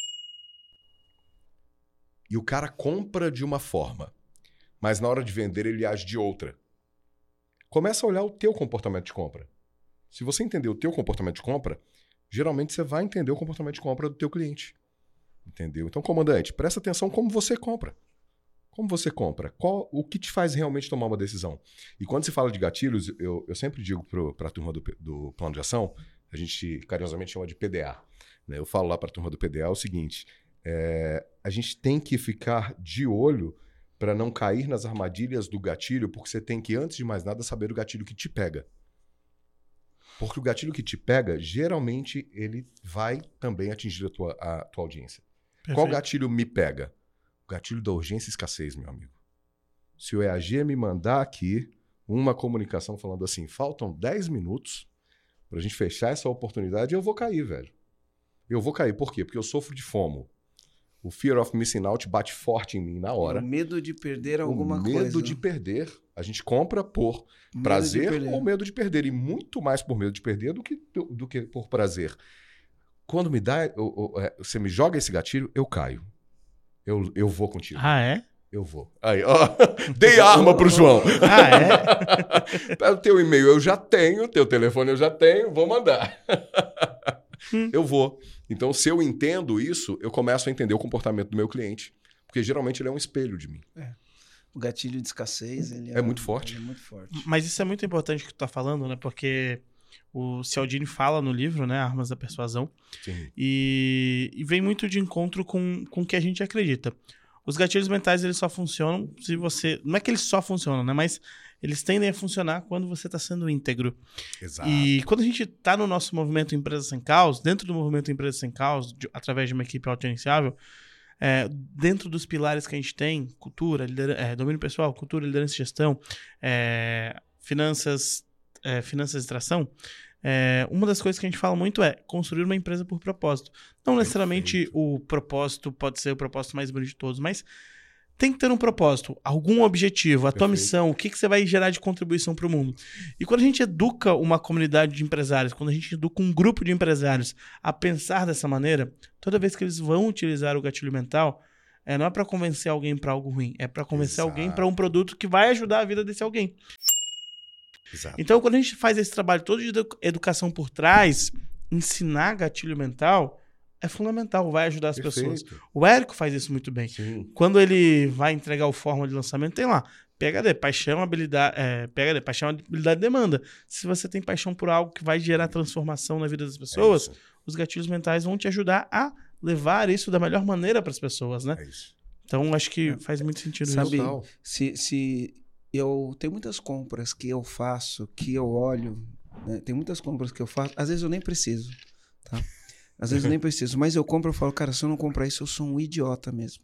E o cara compra de uma forma, mas na hora de vender ele age de outra. Começa a olhar o teu comportamento de compra. Se você entender o teu comportamento de compra, geralmente você vai entender o comportamento de compra do teu cliente. Entendeu? Então, comandante, presta atenção como você compra. Como você compra? O que te faz realmente tomar uma decisão? E quando se fala de gatilhos, eu sempre digo para a turma do plano de ação, a gente carinhosamente chama de PDA. Né? Eu falo lá para a turma do PDA o seguinte, a gente tem que ficar de olho para não cair nas armadilhas do gatilho, porque você tem que, antes de mais nada, saber o gatilho que te pega. Porque o gatilho que te pega, geralmente, ele vai também atingir a tua audiência. Perfeito. Qual gatilho me pega? O gatilho da urgência e escassez, meu amigo. Se o EAG me mandar aqui uma comunicação falando assim, faltam 10 minutos para a gente fechar essa oportunidade, eu vou cair, velho. Eu vou cair. Por quê? Porque eu sofro de FOMO. O fear of missing out bate forte em mim na hora. O medo de perder alguma coisa. O medo de perder. A gente compra por prazer ou medo de perder. E muito mais por medo de perder do que por prazer. Quando me dá, você me joga esse gatilho, eu caio. Eu vou contigo. Ah, é? Eu vou. Aí, ó. Dei arma pro João. Ah, é? O teu e-mail eu já tenho, teu telefone eu já tenho, vou mandar. Eu vou. Então, se eu entendo isso, eu começo a entender o comportamento do meu cliente. Porque geralmente ele é um espelho de mim. O gatilho de escassez, ele é muito forte. Ele é muito forte. Mas isso é muito importante que tu tá falando, né? Porque o Cialdini fala no livro, né? Armas da Persuasão. Sim. E vem muito de encontro com o que a gente acredita. Os gatilhos mentais, eles só funcionam se você... Não é que eles só funcionam, né? Mas eles tendem a funcionar quando você está sendo íntegro. Exato. E quando a gente está no nosso movimento Empresa Sem Caos, dentro do movimento Empresa Sem Caos, através de uma equipe autogerenciável, dentro dos pilares que a gente tem, cultura, domínio pessoal, cultura, liderança e gestão, finanças e tração, uma das coisas que a gente fala muito é construir uma empresa por propósito. Não necessariamente o propósito pode ser o propósito mais bonito de todos, mas tem que ter um propósito, algum objetivo, a tua missão, o que você vai gerar de contribuição para o mundo. E quando a gente educa uma comunidade de empresários, quando a gente educa um grupo de empresários a pensar dessa maneira, toda vez que eles vão utilizar o gatilho mental, não é para convencer alguém para algo ruim, é para convencer alguém para um produto que vai ajudar a vida desse alguém. Exato. Então, quando a gente faz esse trabalho todo de educação por trás, ensinar gatilho mental é fundamental, vai ajudar as pessoas. O Érico faz isso muito bem. Sim. Quando ele vai entregar o fórmula de lançamento, tem lá, PHD, paixão, habilidade, habilidade e demanda. Se você tem paixão por algo que vai gerar transformação na vida das pessoas, os gatilhos mentais vão te ajudar a levar isso da melhor maneira para as pessoas, né? É isso. Então, acho que faz muito sentido Sabe, isso. se eu tenho muitas compras que eu faço, que eu olho, né? Tem muitas compras que eu faço, às vezes eu nem preciso, tá? Às vezes eu nem preciso, mas eu compro e falo, cara, se eu não comprar isso, eu sou um idiota mesmo.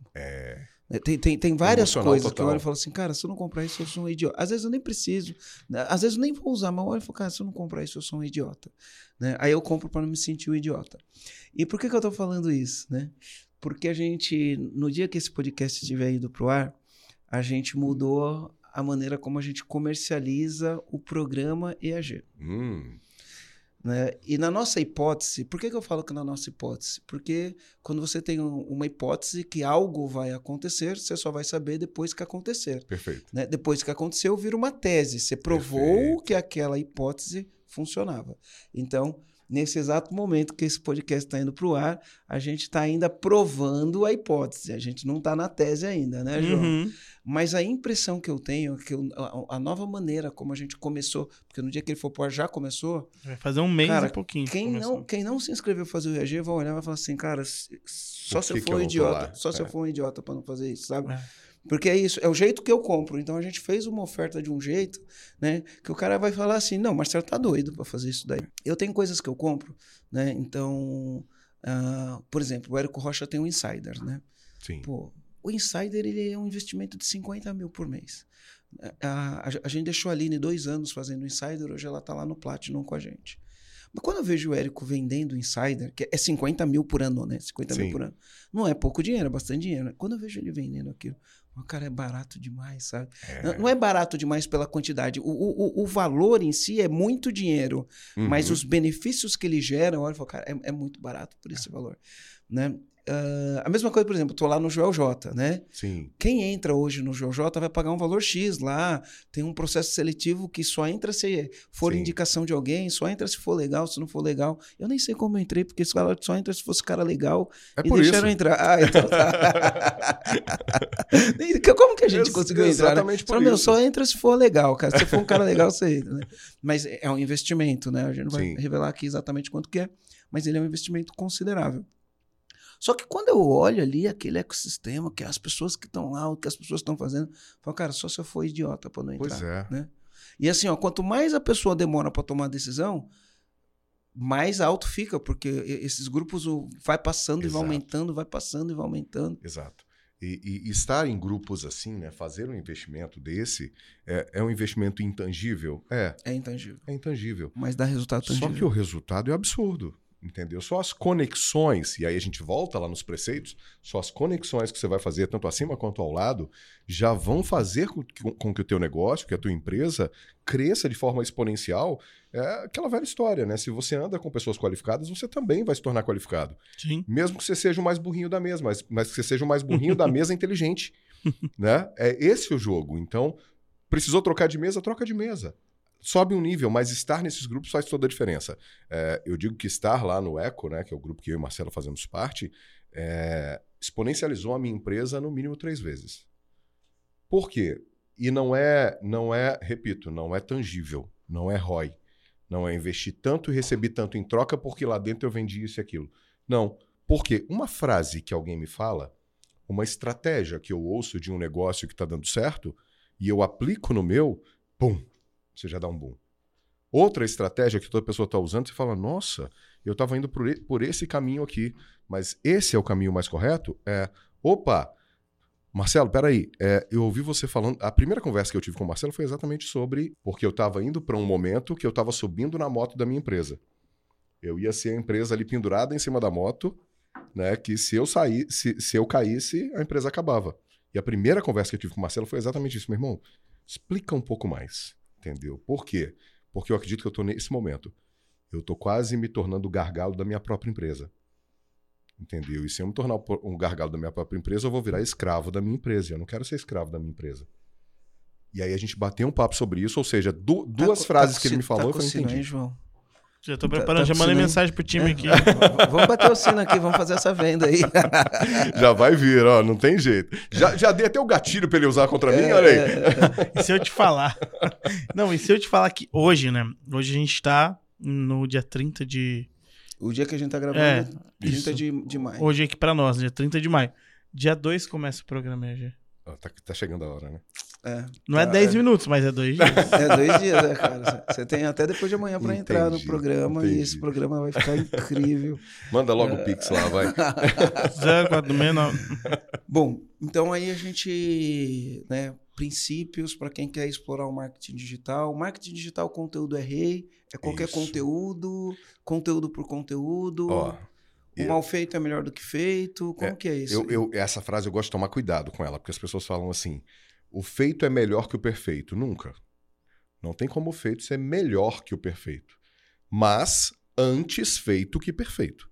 Tem várias coisas que eu olho e falo assim, cara, se eu não comprar isso, eu sou um idiota. Às vezes eu nem preciso, né? Às vezes eu nem vou usar, mas eu olho e falo, cara, se eu não comprar isso, eu sou um idiota. Né? Aí eu compro para não me sentir um idiota. E por que eu tô falando isso? Né? Porque a gente, no dia que esse podcast estiver indo pro ar, a gente mudou a maneira como a gente comercializa o programa EAG. Né? E na nossa hipótese, por que eu falo que na nossa hipótese? Porque quando você tem uma hipótese que algo vai acontecer, você só vai saber depois que acontecer. Perfeito. Né? Depois que aconteceu, vira uma tese. Você provou que aquela hipótese funcionava. Então, nesse exato momento que esse podcast está indo para o ar, a gente está ainda provando a hipótese. A gente não está na tese ainda, né, João? Uhum. Mas a impressão que eu tenho é que a nova maneira como a gente começou, porque no dia que ele for pro ar já começou. Vai fazer um mês e pouquinho. Quem não se inscreveu para fazer o EAG vai olhar e vai falar assim, cara, só se eu for um idiota. Só se eu for um idiota para não fazer isso, sabe? Porque é isso, é o jeito que eu compro. Então a gente fez uma oferta de um jeito, né? Que o cara vai falar assim, não, Marcelo tá doido para fazer isso daí. Eu tenho coisas que eu compro, né? Então, por exemplo, o Érico Rocha tem um Insider, né? Sim. Pô, o Insider ele é um investimento de 50 mil por mês. A gente deixou a Aline 2 anos fazendo o Insider, hoje ela tá lá no Platinum com a gente. Mas quando eu vejo o Érico vendendo o Insider, que é 50 mil por ano, né? 50 Sim. mil por ano. Não é pouco dinheiro, é bastante dinheiro. Quando eu vejo ele vendendo aquilo, o cara é barato demais, sabe? Não é barato demais pela quantidade. O valor em si é muito dinheiro, mas os benefícios que ele gera, olha, cara, é muito barato por esse valor, né? A mesma coisa, por exemplo, eu tô lá no Joel J, né? Sim. Quem entra hoje no Joel J vai pagar um valor X lá, tem um processo seletivo que só entra se for Sim. indicação de alguém, só entra se for legal, se não for legal. Eu nem sei como eu entrei, porque esse cara só entra se fosse cara legal É e por deixaram isso. entrar. Ah, então tá. Como que a gente conseguiu entrar, né? Exatamente por Fala, meu, isso. só entra se for legal, cara. Se for um cara legal, você entra, né? Mas é um investimento, né? A gente não vai Sim. revelar aqui exatamente quanto que é, mas ele é um investimento considerável. Só que quando eu olho ali aquele ecossistema, que as pessoas que estão lá, o que as pessoas estão fazendo, eu falo, cara, só se eu for idiota para não entrar. Pois é. Né? E assim, ó, quanto mais a pessoa demora para tomar a decisão, mais alto fica, porque esses grupos vai passando e vai aumentando, vai passando e vai aumentando. Exato. E estar em grupos assim, né? Fazer um investimento desse é um investimento intangível? É intangível. É intangível. Mas dá resultado tangível. Só que o resultado é absurdo. Entendeu? Só as conexões, e aí a gente volta lá nos preceitos, só as conexões que você vai fazer, tanto acima quanto ao lado, já vão fazer com que o teu negócio, que a tua empresa, cresça de forma exponencial. É aquela velha história, né? Se você anda com pessoas qualificadas, você também vai se tornar qualificado. Sim. Mesmo que você seja o mais burrinho da mesa, mas que você seja o mais burrinho da mesa inteligente. Né? É esse o jogo. Então, precisou trocar de mesa, troca de mesa. Sobe um nível, mas estar nesses grupos faz toda a diferença. Eu digo que estar lá no Eco, né, que é o grupo que eu e o Marcelo fazemos parte, exponencializou a minha empresa no mínimo 3 vezes. Por quê? E não é, repito, não é tangível, não é ROI. Não é investir tanto e receber tanto em troca porque lá dentro eu vendi isso e aquilo. Não. Porque uma frase que alguém me fala, uma estratégia que eu ouço de um negócio que está dando certo e eu aplico no meu, pum, você já dá um boom. Outra estratégia que toda pessoa está usando, você fala, nossa, eu estava indo por esse caminho aqui, mas esse é o caminho mais correto? Opa, Marcelo, peraí, eu ouvi você falando, a primeira conversa que eu tive com o Marcelo foi exatamente sobre, porque eu estava indo para um momento que eu estava subindo na moto da minha empresa. Eu ia ser a empresa ali pendurada em cima da moto, né, que se eu caísse, a empresa acabava. E a primeira conversa que eu tive com o Marcelo foi exatamente isso, meu irmão, explica um pouco mais. Entendeu? Por quê? Porque eu acredito que eu estou nesse momento. Eu estou quase me tornando o gargalo da minha própria empresa. Entendeu? E se eu me tornar um gargalo da minha própria empresa, eu vou virar escravo da minha empresa. Eu não quero ser escravo da minha empresa. E aí a gente bateu um papo sobre isso, ou seja, duas frases que ele me falou que eu entendi. Aí, João? Já estou preparando, já mandei mensagem pro time aqui. Vamos bater o sino aqui, vamos fazer essa venda aí. Já vai vir, ó, não tem jeito. Já dei até o gatilho pra ele usar contra mim, olha aí. E se eu te falar... Não, e se eu te falar que hoje, né? Hoje a gente tá no dia 30 de... O dia que a gente tá gravando, 30 de maio. Hoje aqui pra nós, dia 30 de maio. Dia 2 começa o programa, EG. Tá chegando a hora, né? Não é 10 minutos, mas é 2 dias. É 2 dias, né, cara? Você tem até depois de amanhã para entrar no programa e esse programa vai ficar incrível. Manda logo o Pix lá, vai. 0469. Bom, então aí a gente, né, princípios para quem quer explorar o marketing digital. O marketing digital, conteúdo é rei, é qualquer conteúdo por conteúdo. O mal feito é melhor do que feito. Como que é isso? Essa frase eu gosto de tomar cuidado com ela, porque as pessoas falam assim, o feito é melhor que o perfeito. Nunca. Não tem como o feito ser melhor que o perfeito. Mas antes feito que perfeito.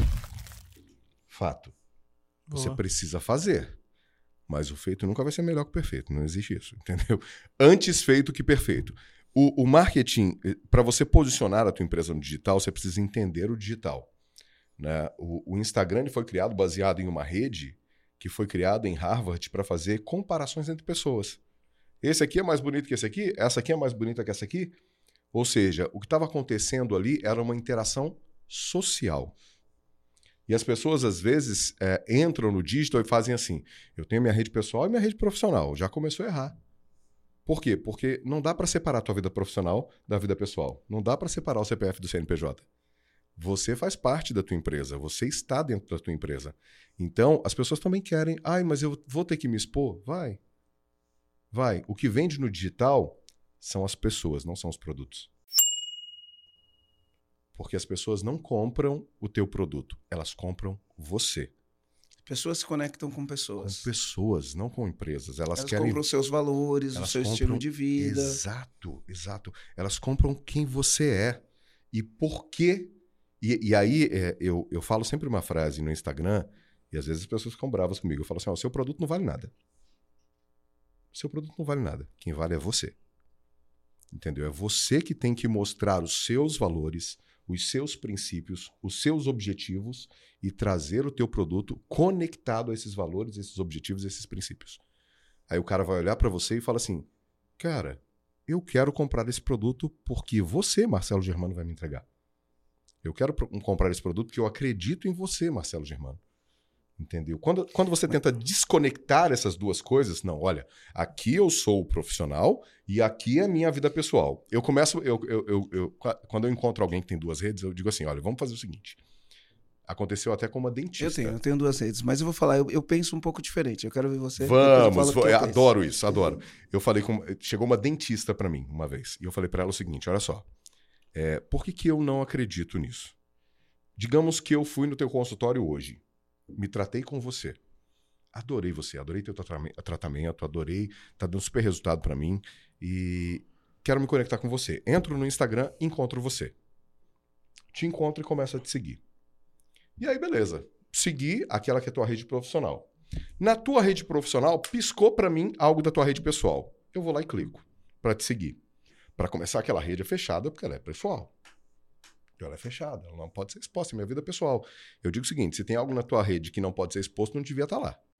Fato. Você Boa. precisa fazer. Mas o feito nunca vai ser melhor que o perfeito. Não existe isso, entendeu? Antes feito que perfeito. O marketing, para você posicionar a tua empresa no digital, você precisa entender o digital. Né? O Instagram foi criado baseado em uma rede que foi criada em Harvard para fazer comparações entre pessoas. Esse aqui é mais bonito que esse aqui? Essa aqui é mais bonita que essa aqui? Ou seja, o que estava acontecendo ali era uma interação social. E as pessoas, às vezes, entram no digital e fazem assim. Eu tenho minha rede pessoal e minha rede profissional. Já começou a errar. Por quê? Porque não dá para separar a tua vida profissional da vida pessoal. Não dá para separar o CPF do CNPJ. Você faz parte da tua empresa. Você está dentro da tua empresa. Então, as pessoas também querem... mas eu vou ter que me expor? Vai. Vai. O que vende no digital são as pessoas, não são os produtos. Porque as pessoas não compram o teu produto. Elas compram você. Pessoas se conectam com pessoas. Com pessoas, não com empresas. Elas querem... compram os seus valores, o seu estilo de vida. Exato, exato. Elas compram quem você é. E por quê? E aí, eu falo sempre uma frase no Instagram, e às vezes as pessoas ficam bravas comigo. Eu falo assim, o seu produto não vale nada. O seu produto não vale nada. Quem vale é você. Entendeu? É você que tem que mostrar os seus valores, os seus princípios, os seus objetivos e trazer o teu produto conectado a esses valores, esses objetivos, esses princípios. Aí o cara vai olhar para você e fala assim, cara, eu quero comprar esse produto porque você, Marcelo Germano, vai me entregar. Eu quero comprar esse produto porque eu acredito em você, Marcelo Germano. Entendeu? Quando você tenta desconectar essas duas coisas, não, olha, aqui eu sou o profissional e aqui é a minha vida pessoal. Eu começo, quando eu encontro alguém que tem duas redes, eu digo assim, olha, vamos fazer o seguinte. Aconteceu até com uma dentista. Eu tenho duas redes, mas eu vou falar, eu penso um pouco diferente. Eu quero ver você. Vamos, eu adoro isso, adoro. Eu falei chegou uma dentista para mim uma vez e eu falei para ela o seguinte, olha só, por que eu não acredito nisso? Digamos que eu fui no teu consultório hoje. Me tratei com você. Adorei você, adorei teu tratamento, adorei, tá dando super resultado para mim e quero me conectar com você. Entro no Instagram, encontro você. Te encontro e começo a te seguir. E aí, beleza. Segui aquela que é tua rede profissional. Na tua rede profissional, piscou para mim algo da tua rede pessoal. Eu vou lá e clico para te seguir. Para começar, aquela rede é fechada porque ela é pessoal. Ela é fechada, ela não pode ser exposta, é minha vida pessoal. Eu digo o seguinte, se tem algo na tua rede que não pode ser exposto, não devia estar lá.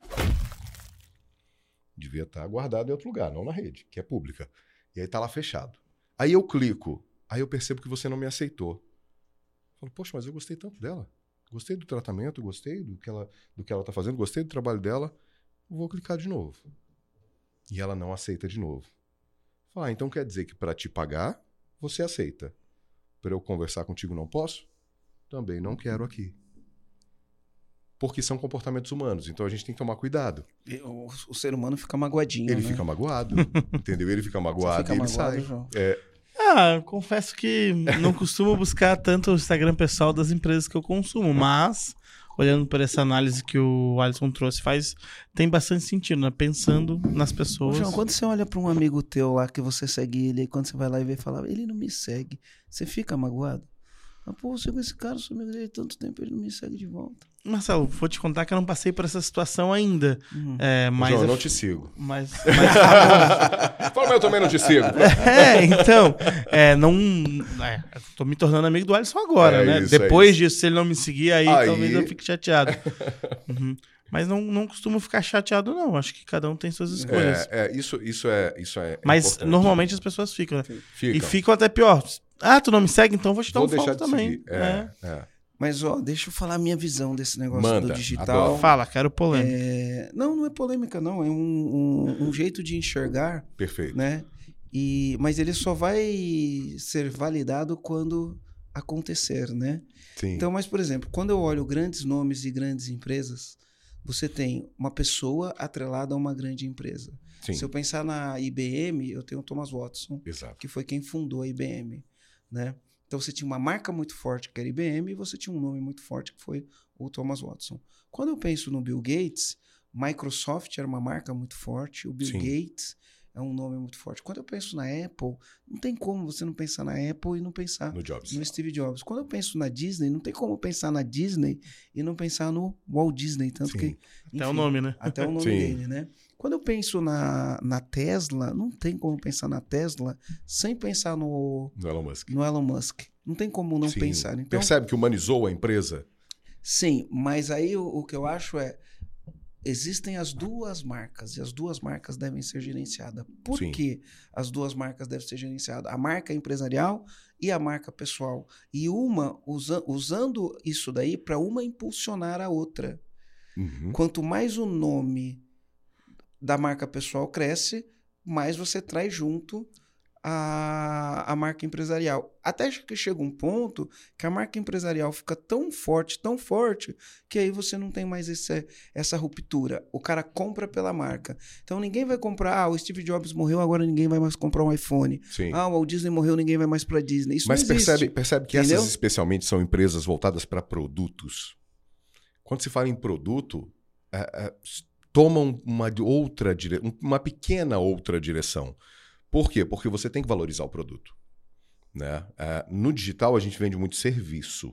Devia estar guardado em outro lugar, não na rede, que é pública. E aí está lá fechado. Aí eu clico, aí eu percebo que você não me aceitou. Eu falo, poxa, mas eu gostei tanto dela. Gostei do tratamento, gostei do que ela está fazendo, gostei do trabalho dela. Vou clicar de novo. E ela não aceita de novo. Falo, então quer dizer que para te pagar, você aceita. Para eu conversar contigo não posso? Também não quero aqui. Porque são comportamentos humanos, então a gente tem que tomar cuidado. O ser humano fica magoadinho, Ele fica magoado, entendeu? Ele fica magoado e ele sai. Confesso que não costumo buscar tanto o Instagram pessoal das empresas que eu consumo, mas olhando por essa análise que o Alisson trouxe, tem bastante sentido, né? Pensando nas pessoas. João, quando você olha para um amigo teu lá que você segue ele, aí quando você vai lá e vê e fala, ele não me segue, você fica magoado? Pô, eu sigo esse cara, sou amigo dele há tanto tempo, ele não me segue de volta. Marcelo, vou te contar que eu não passei por essa situação ainda. Mas João, eu não te sigo. Mas Fala, eu também não te sigo. Então, tô me tornando amigo do Alisson agora, né? Isso, depois disso, se ele não me seguir, aí talvez eu fique chateado. Mas não costumo ficar chateado, não. Acho que cada um tem suas escolhas. Isso é Mas importante. normalmente as pessoas ficam, né? Ficam. E ficam até pior. Tu não me segue? Então vou te dar um follow também. Mas, deixa eu falar a minha visão desse negócio do digital. Adoro. Fala, quero polêmica. Não é polêmica, não. É um jeito de enxergar. Perfeito. Né? Mas ele só vai ser validado quando acontecer, né? Sim. Então, mas, por exemplo, quando eu olho grandes nomes e grandes empresas, você tem uma pessoa atrelada a uma grande empresa. Sim. Se eu pensar na IBM, eu tenho o Thomas Watson, Exato. que foi quem fundou a IBM, né? Então você tinha uma marca muito forte que era a IBM e você tinha um nome muito forte que foi o Thomas Watson. Quando eu penso no Bill Gates, Microsoft era uma marca muito forte, o Bill Gates é um nome muito forte. Quando eu penso na Apple, não tem como você não pensar na Apple e não pensar no Steve Jobs. Quando eu penso na Disney, não tem como pensar na Disney e não pensar no Walt Disney. Tanto que, enfim, até o nome, né? Até o nome dele, né? Quando eu penso na Tesla, não tem como pensar na Tesla sem pensar no Elon Musk. Não tem como não pensar. Então, percebe que humanizou a empresa? Sim, mas aí o que eu acho existem as duas marcas e as duas marcas devem ser gerenciadas. Por Sim. que as duas marcas devem ser gerenciadas? A marca empresarial e a marca pessoal. E uma usando isso daí para uma impulsionar a outra. Uhum. Quanto mais o nome da marca pessoal cresce, mais você traz junto a marca empresarial. Até que chega um ponto que a marca empresarial fica tão forte, que aí você não tem mais essa ruptura. O cara compra pela marca. Então ninguém vai comprar, o Steve Jobs morreu, agora ninguém vai mais comprar um iPhone. Sim. O Walt Disney morreu, ninguém vai mais para Disney. Isso Mas não existe. percebe que Entendeu? essas especialmente são empresas voltadas para produtos. Quando se fala em produto, tomam uma pequena outra direção. Por quê? Porque você tem que valorizar o produto. Né? No digital, a gente vende muito serviço.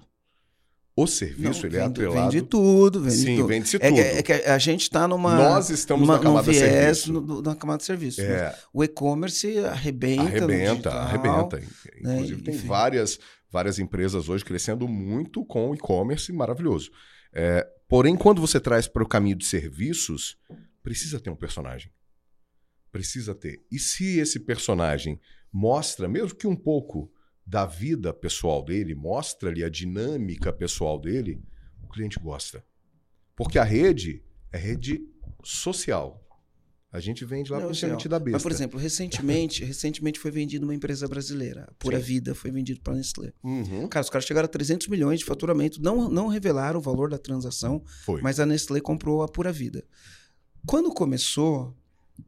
O serviço, ele é atrelado... Vende tudo, Sim, tudo. vende-se tudo. É que a gente está Nós estamos na camada de serviço. Na camada de serviço. Né? O e-commerce arrebenta Arrebenta. Né? Inclusive, tem várias empresas hoje crescendo muito com e-commerce, maravilhoso. Porém, quando você traz para o caminho de serviços, precisa ter um personagem. Precisa ter. E se esse personagem mostra, mesmo que um pouco da vida pessoal dele, mostra ali a dinâmica pessoal dele, o cliente gosta. Porque a rede é rede social. A gente vende lá para o semente da besta. Mas, por exemplo, recentemente foi vendida uma empresa brasileira. A Pura Vida foi vendido para a Nestlé. Uhum. Cara, os caras chegaram a 300 milhões de faturamento. Não revelaram o valor da transação, mas a Nestlé comprou a Pura Vida. Quando começou...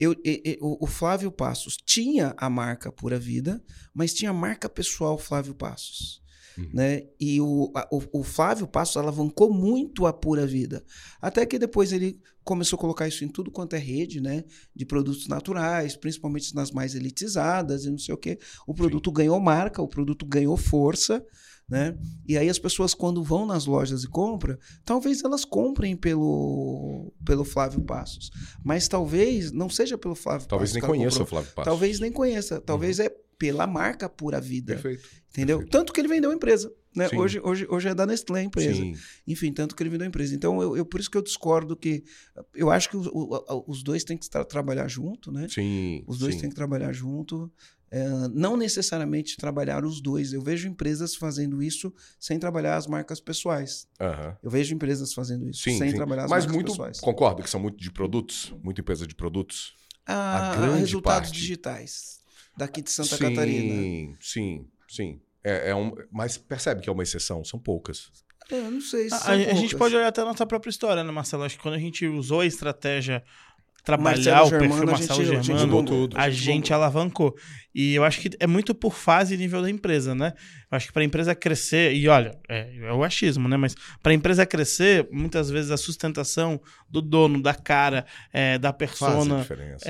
o Flávio Passos tinha a marca Pura Vida, mas tinha a marca pessoal Flávio Passos. Né? E o Flávio Passos alavancou muito a Pura Vida. Até que depois ele começou a colocar isso em tudo quanto é rede, né? De produtos naturais, principalmente nas mais elitizadas e não sei o quê. O produto ganhou marca, o produto ganhou força. Né? E aí as pessoas, quando vão nas lojas e compram, talvez elas comprem pelo Flávio Passos, mas talvez não seja pelo Flávio Passos. Talvez nem conheça o Flávio Passos. Talvez nem conheça. Talvez é pela marca Pura Vida. Perfeito. Entendeu? Perfeito. Tanto que ele vendeu a empresa. Né? Hoje é da Nestlé a empresa. Sim. Enfim, tanto que ele vendeu a empresa. Então, por isso que eu discordo que... Eu acho que os dois têm que trabalhar junto, né? Sim. Os dois têm que trabalhar junto. Não necessariamente trabalhar os dois. Eu vejo empresas fazendo isso sem trabalhar as marcas pessoais. Eu vejo empresas fazendo isso sem trabalhar as marcas pessoais. Concordo que são muito de produtos? Muita empresa de produtos? A grande resultados digitais daqui de Santa Catarina. Sim. Mas percebe que é uma exceção? São poucas. Eu não sei se a gente pode olhar até a nossa própria história, né, Marcelo? Acho que quando a gente usou a estratégia trabalhar o perfil Marcelo Germano, a gente alavancou. E eu acho que é muito por fase e nível da empresa, né? Eu acho que para a empresa crescer, e olha, é o achismo, né? Mas para a empresa crescer, muitas vezes a sustentação do dono, da cara, da persona,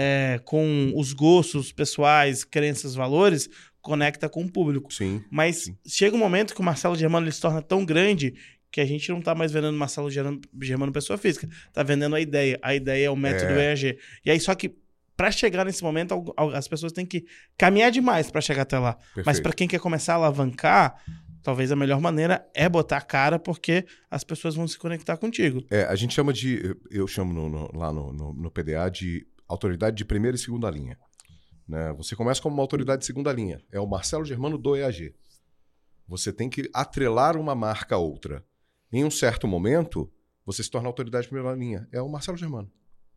com os gostos pessoais, crenças, valores, conecta com o público. Sim. Mas chega um momento que o Marcelo Germano ele se torna tão grande que a gente não tá mais vendendo Marcelo Germano pessoa física, tá vendendo a ideia. A ideia é o método EAG. E aí, só que para chegar nesse momento, as pessoas têm que caminhar demais para chegar até lá. Perfeito. Mas para quem quer começar a alavancar, talvez a melhor maneira é botar a cara, porque as pessoas vão se conectar contigo. A gente chama eu chamo lá no PDA de autoridade de primeira e segunda linha. Né? Você começa como uma autoridade de segunda linha. É o Marcelo Germano do EAG. Você tem que atrelar uma marca a outra. Em um certo momento, você se torna autoridade de primeira linha. É o Marcelo Germano.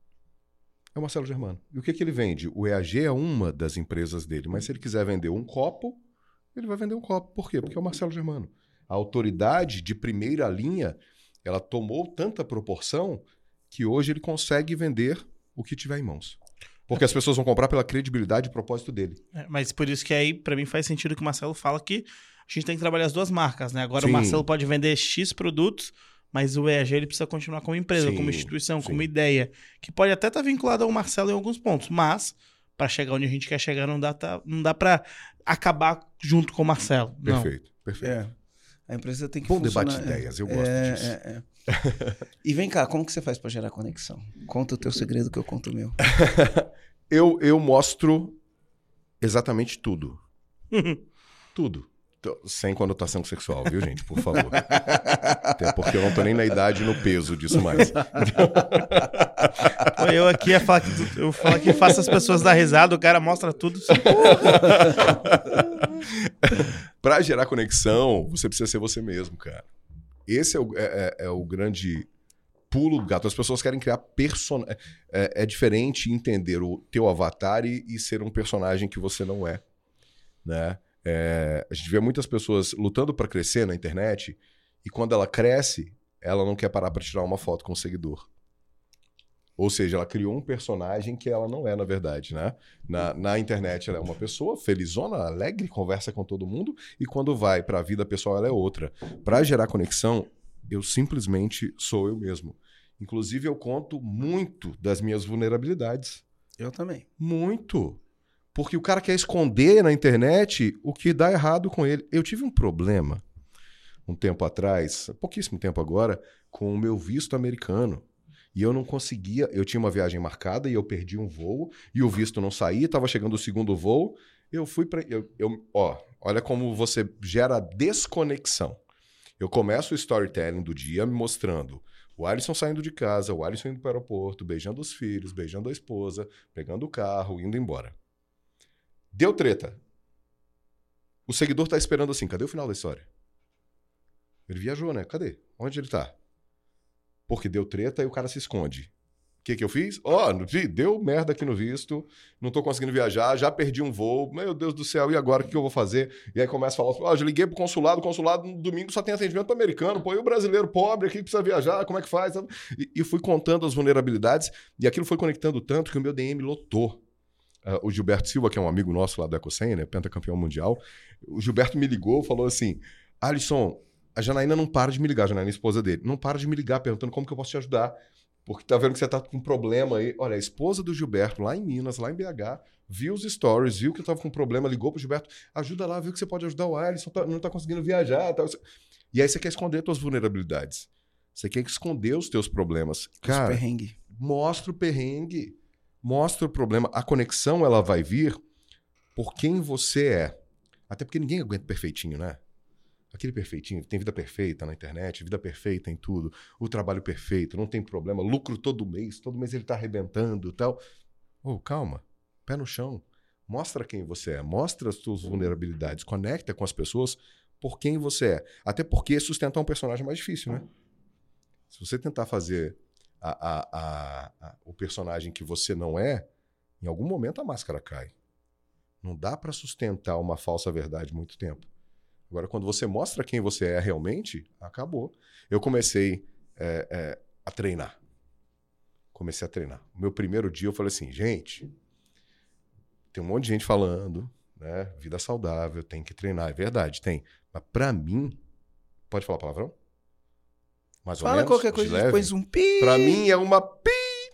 E o que ele vende? O EAG é uma das empresas dele, mas se ele quiser vender um copo, ele vai vender um copo. Por quê? Porque é o Marcelo Germano. A autoridade de primeira linha, ela tomou tanta proporção que hoje ele consegue vender o que tiver em mãos. Porque as pessoas vão comprar pela credibilidade e propósito dele. Mas por isso que aí, para mim, faz sentido que o Marcelo fala que a gente tem que trabalhar as duas marcas, né? Agora o Marcelo pode vender X produtos, mas o EAG ele precisa continuar como empresa, como instituição, como ideia, que pode até estar vinculado ao Marcelo em alguns pontos, mas para chegar onde a gente quer chegar não dá para acabar junto com o Marcelo. Perfeito. A empresa tem que funcionar. Bom debate de ideias, eu gosto disso. E vem cá, como que você faz para gerar conexão? Conta o teu segredo que eu conto o meu. Eu mostro exatamente tudo. Tudo. Sem conotação sexual, viu, gente? Por favor. Até porque eu não tô nem na idade e no peso disso mais. Eu aqui ia falar eu falo que faça as pessoas dar risada, o cara mostra tudo. Pra gerar conexão, você precisa ser você mesmo, cara. Esse é o grande pulo do gato. As pessoas querem criar personagem. É diferente entender o teu avatar e ser um personagem que você não é, né? A gente vê muitas pessoas lutando para crescer na internet e quando ela cresce, ela não quer parar para tirar uma foto com o seguidor. Ou seja, ela criou um personagem que ela não é, na verdade, né? Na internet ela é uma pessoa felizona, alegre, conversa com todo mundo e quando vai para a vida pessoal ela é outra. Para gerar conexão, eu simplesmente sou eu mesmo. Inclusive eu conto muito das minhas vulnerabilidades. Eu também. Muito. Porque o cara quer esconder na internet o que dá errado com ele. Eu tive um problema um tempo atrás, pouquíssimo tempo agora, com o meu visto americano. E eu não conseguia, eu tinha uma viagem marcada e eu perdi um voo e o visto não saía, estava chegando o segundo voo. Eu fui para... olha como você gera desconexão. Eu começo o storytelling do dia me mostrando o Alisson saindo de casa, o Alisson indo para o aeroporto, beijando os filhos, beijando a esposa, pegando o carro, indo embora. Deu treta. O seguidor tá esperando assim, cadê o final da história? Ele viajou, né? Cadê? Onde ele tá? Porque deu treta e o cara se esconde. O que eu fiz? Deu merda aqui no visto, não tô conseguindo viajar, já perdi um voo, meu Deus do céu, e agora o que eu vou fazer? E aí começa a falar, já liguei pro consulado, no domingo só tem atendimento americano, pô, e o brasileiro pobre aqui que precisa viajar, como é que faz? E fui contando as vulnerabilidades, e aquilo foi conectando tanto que o meu DM lotou. O Gilberto Silva, que é um amigo nosso lá do EcoCen, né, pentacampeão mundial, o Gilberto me ligou, falou assim, Alisson, a Janaína não para de me ligar, a Janaína é a esposa dele, não para de me ligar perguntando como que eu posso te ajudar, porque tá vendo que você tá com um problema aí. Olha, a esposa do Gilberto, lá em Minas, lá em BH, viu os stories, viu que eu tava com um problema, ligou pro Gilberto, ajuda lá, viu que você pode ajudar o Alisson, não tá conseguindo viajar. Tá... E aí você quer esconder tuas vulnerabilidades. Você quer esconder os teus problemas. Cara, mostra o perrengue. Mostra o problema. A conexão, ela vai vir por quem você é. Até porque ninguém aguenta perfeitinho, né? Aquele perfeitinho, tem vida perfeita na internet, vida perfeita em tudo, o trabalho perfeito, não tem problema, lucro todo mês ele tá arrebentando e tal. Calma, pé no chão. Mostra quem você é, mostra as suas vulnerabilidades, conecta com as pessoas por quem você é. Até porque sustentar um personagem é mais difícil, né? Se você tentar fazer o personagem que você não é, em algum momento a máscara cai. Não dá para sustentar uma falsa verdade muito tempo. Agora, quando você mostra quem você é realmente, acabou. Eu comecei a treinar. Comecei a treinar. O meu primeiro dia eu falei assim, gente, tem um monte de gente falando, né? Vida saudável, tem que treinar. É verdade, tem. Mas pra mim, pode falar palavrão? Mais ou menos? Fala qualquer coisa de depois um pi. Pra mim é uma pi.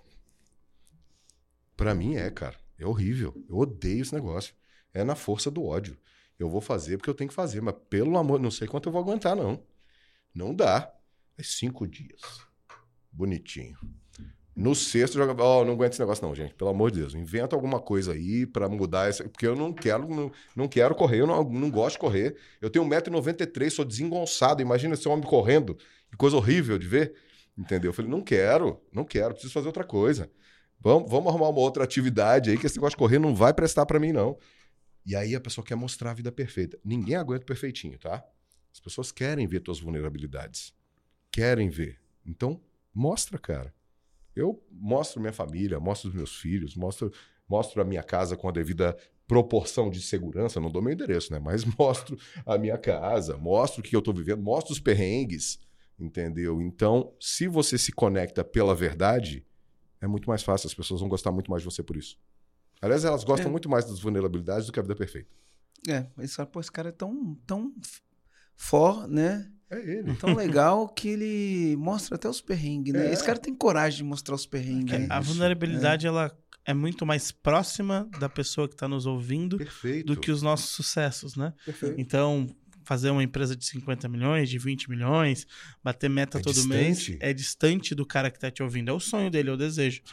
Pra mim cara. É horrível. Eu odeio esse negócio. É na força do ódio. Eu vou fazer porque eu tenho que fazer, mas pelo amor, não sei quanto eu vou aguentar, não. Não dá. É 5 dias. Bonitinho. No sexto, joga. Não aguento esse negócio, não, gente. Pelo amor de Deus. Inventa alguma coisa aí pra mudar essa. Porque eu não quero correr, eu não gosto de correr. Eu tenho 1,93 m, sou desengonçado. Imagina esse homem correndo. Que coisa horrível de ver. Entendeu? Eu falei, não quero, preciso fazer outra coisa. Vamos arrumar uma outra atividade aí, que esse negócio de correr não vai prestar pra mim, não. E aí a pessoa quer mostrar a vida perfeita. Ninguém aguenta o perfeitinho, tá? As pessoas querem ver tuas vulnerabilidades. Querem ver. Então, mostra, cara. Eu mostro minha família, mostro os meus filhos, mostro a minha casa com a devida proporção de segurança. Não dou meu endereço, né? Mas mostro a minha casa, mostro o que eu tô vivendo, mostro os perrengues, entendeu? Então, se você se conecta pela verdade, é muito mais fácil. As pessoas vão gostar muito mais de você por isso. Aliás, elas gostam muito mais das vulnerabilidades do que a vida perfeita. Eles falam, pô, esse cara é tão né? É ele. Tão legal que ele mostra até os perrengues, né? Esse cara tem coragem de mostrar os perrengues. A vulnerabilidade, ela é muito mais próxima da pessoa que está nos ouvindo do que os nossos sucessos, né? Perfeito. Então, fazer uma empresa de 50 milhões, de 20 milhões, bater meta todo mês, é distante do cara que está te ouvindo. É o sonho dele, é o desejo. Sim.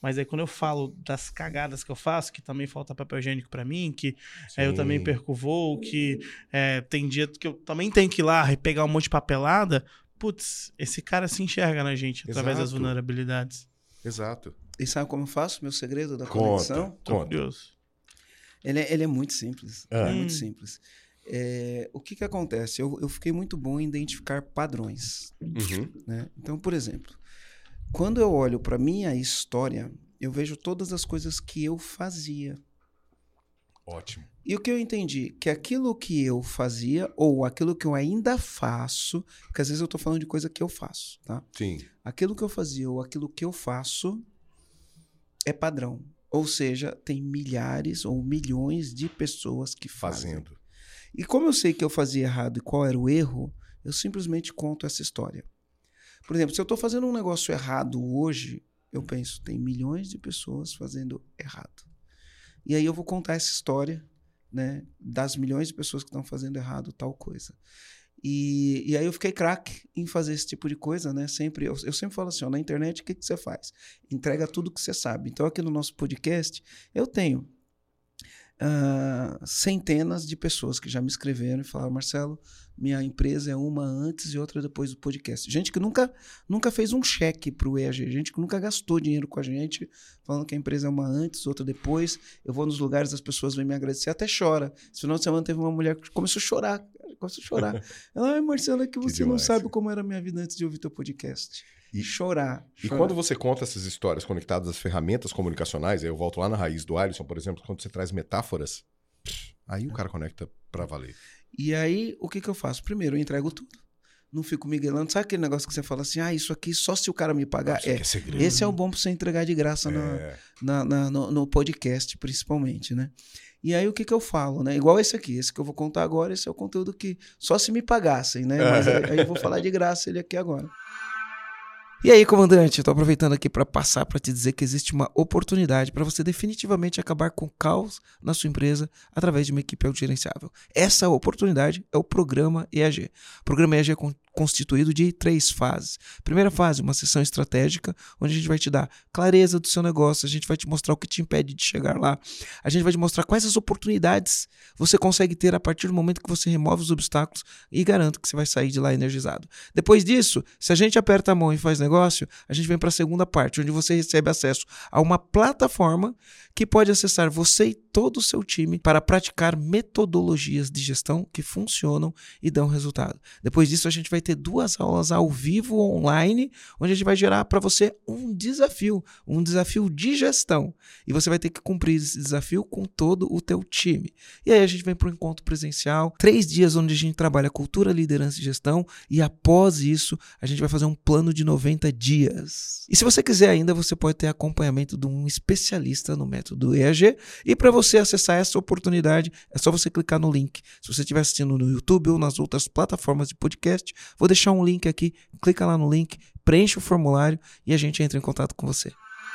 Mas aí quando eu falo das cagadas que eu faço, que também falta papel higiênico pra mim, que eu Sim. também perco o voo, que tem dia que eu também tenho que ir lá pegar um monte de papelada, putz, esse cara se enxerga na gente através das Exato. vulnerabilidades. Exato. E sabe como eu faço? Meu segredo da Conta, conexão? Tô conta. curioso. Ele é muito simples. Ah. É muito simples. O que acontece? Eu fiquei muito bom em identificar padrões. Uhum. Né? Então, por exemplo, quando eu olho para minha história, eu vejo todas as coisas que eu fazia. Ótimo. E o que eu entendi? Que aquilo que eu fazia, ou aquilo que eu ainda faço, porque às vezes eu estou falando de coisa que eu faço, tá? Sim. Aquilo que eu fazia ou aquilo que eu faço é padrão. Ou seja, tem milhares ou milhões de pessoas que fazem. Fazendo. E como eu sei que eu fazia errado e qual era o erro, eu simplesmente conto essa história. Por exemplo, se eu estou fazendo um negócio errado hoje, eu penso, tem milhões de pessoas fazendo errado. E aí eu vou contar essa história, né, das milhões de pessoas que estão fazendo errado tal coisa. E aí eu fiquei craque em fazer esse tipo de coisa, né? Eu sempre falo assim, ó, na internet, o que você faz? Entrega tudo que você sabe. Então aqui no nosso podcast, eu tenho centenas de pessoas que já me escreveram e falaram, Marcelo, minha empresa é uma antes e outra depois do podcast. Gente que nunca fez um cheque para o EAG, gente que nunca gastou dinheiro com a gente, falando que a empresa é uma antes, outra depois. Eu vou nos lugares, as pessoas vêm me agradecer, até chora. Esse final de semana teve uma mulher que começou a chorar. Ela, ai, Marcelo, é que você não sabe como era a minha vida antes de ouvir teu podcast. E chorar. E quando você conta essas histórias conectadas às ferramentas comunicacionais, aí eu volto lá na raiz do Alisson, por exemplo, quando você traz metáforas, aí o cara conecta pra valer. E aí, o que eu faço? Primeiro, eu entrego tudo. Não fico miguelando. Sabe aquele negócio que você fala assim, isso aqui só se o cara me pagar? Isso aqui é segredo. Esse é o bom pra você entregar de graça no podcast, principalmente, né? E aí, o que eu falo, né? Igual esse aqui, esse que eu vou contar agora, esse é o conteúdo que só se me pagassem, né? Mas aí eu vou falar de graça ele aqui agora. E aí, comandante, eu tô aproveitando aqui para passar para te dizer que existe uma oportunidade para você definitivamente acabar com o caos na sua empresa através de uma equipe autogerenciável. Essa oportunidade é o Programa EAG. O Programa EAG é constituído de 3 fases. Primeira fase, uma sessão estratégica, onde a gente vai te dar clareza do seu negócio, a gente vai te mostrar o que te impede de chegar lá, a gente vai te mostrar quais as oportunidades você consegue ter a partir do momento que você remove os obstáculos e garanto que você vai sair de lá energizado. Depois disso, se a gente aperta a mão e faz negócio, a gente vem para a segunda parte, onde você recebe acesso a uma plataforma que pode acessar você e todo o seu time para praticar metodologias de gestão que funcionam e dão resultado. Depois disso, a gente vai ter 2 aulas ao vivo online, onde a gente vai gerar para você um desafio de gestão. E você vai ter que cumprir esse desafio com todo o teu time. E aí a gente vem para um encontro presencial, 3 dias onde a gente trabalha cultura, liderança e gestão, e após isso, a gente vai fazer um plano de 90 dias. E se você quiser ainda, você pode ter acompanhamento de um especialista no método EAG, e para você acessar essa oportunidade, é só você clicar no link. Se você estiver assistindo no YouTube ou nas outras plataformas de podcast, vou deixar um link aqui, clica lá no link, preenche o formulário e a gente entra em contato com você.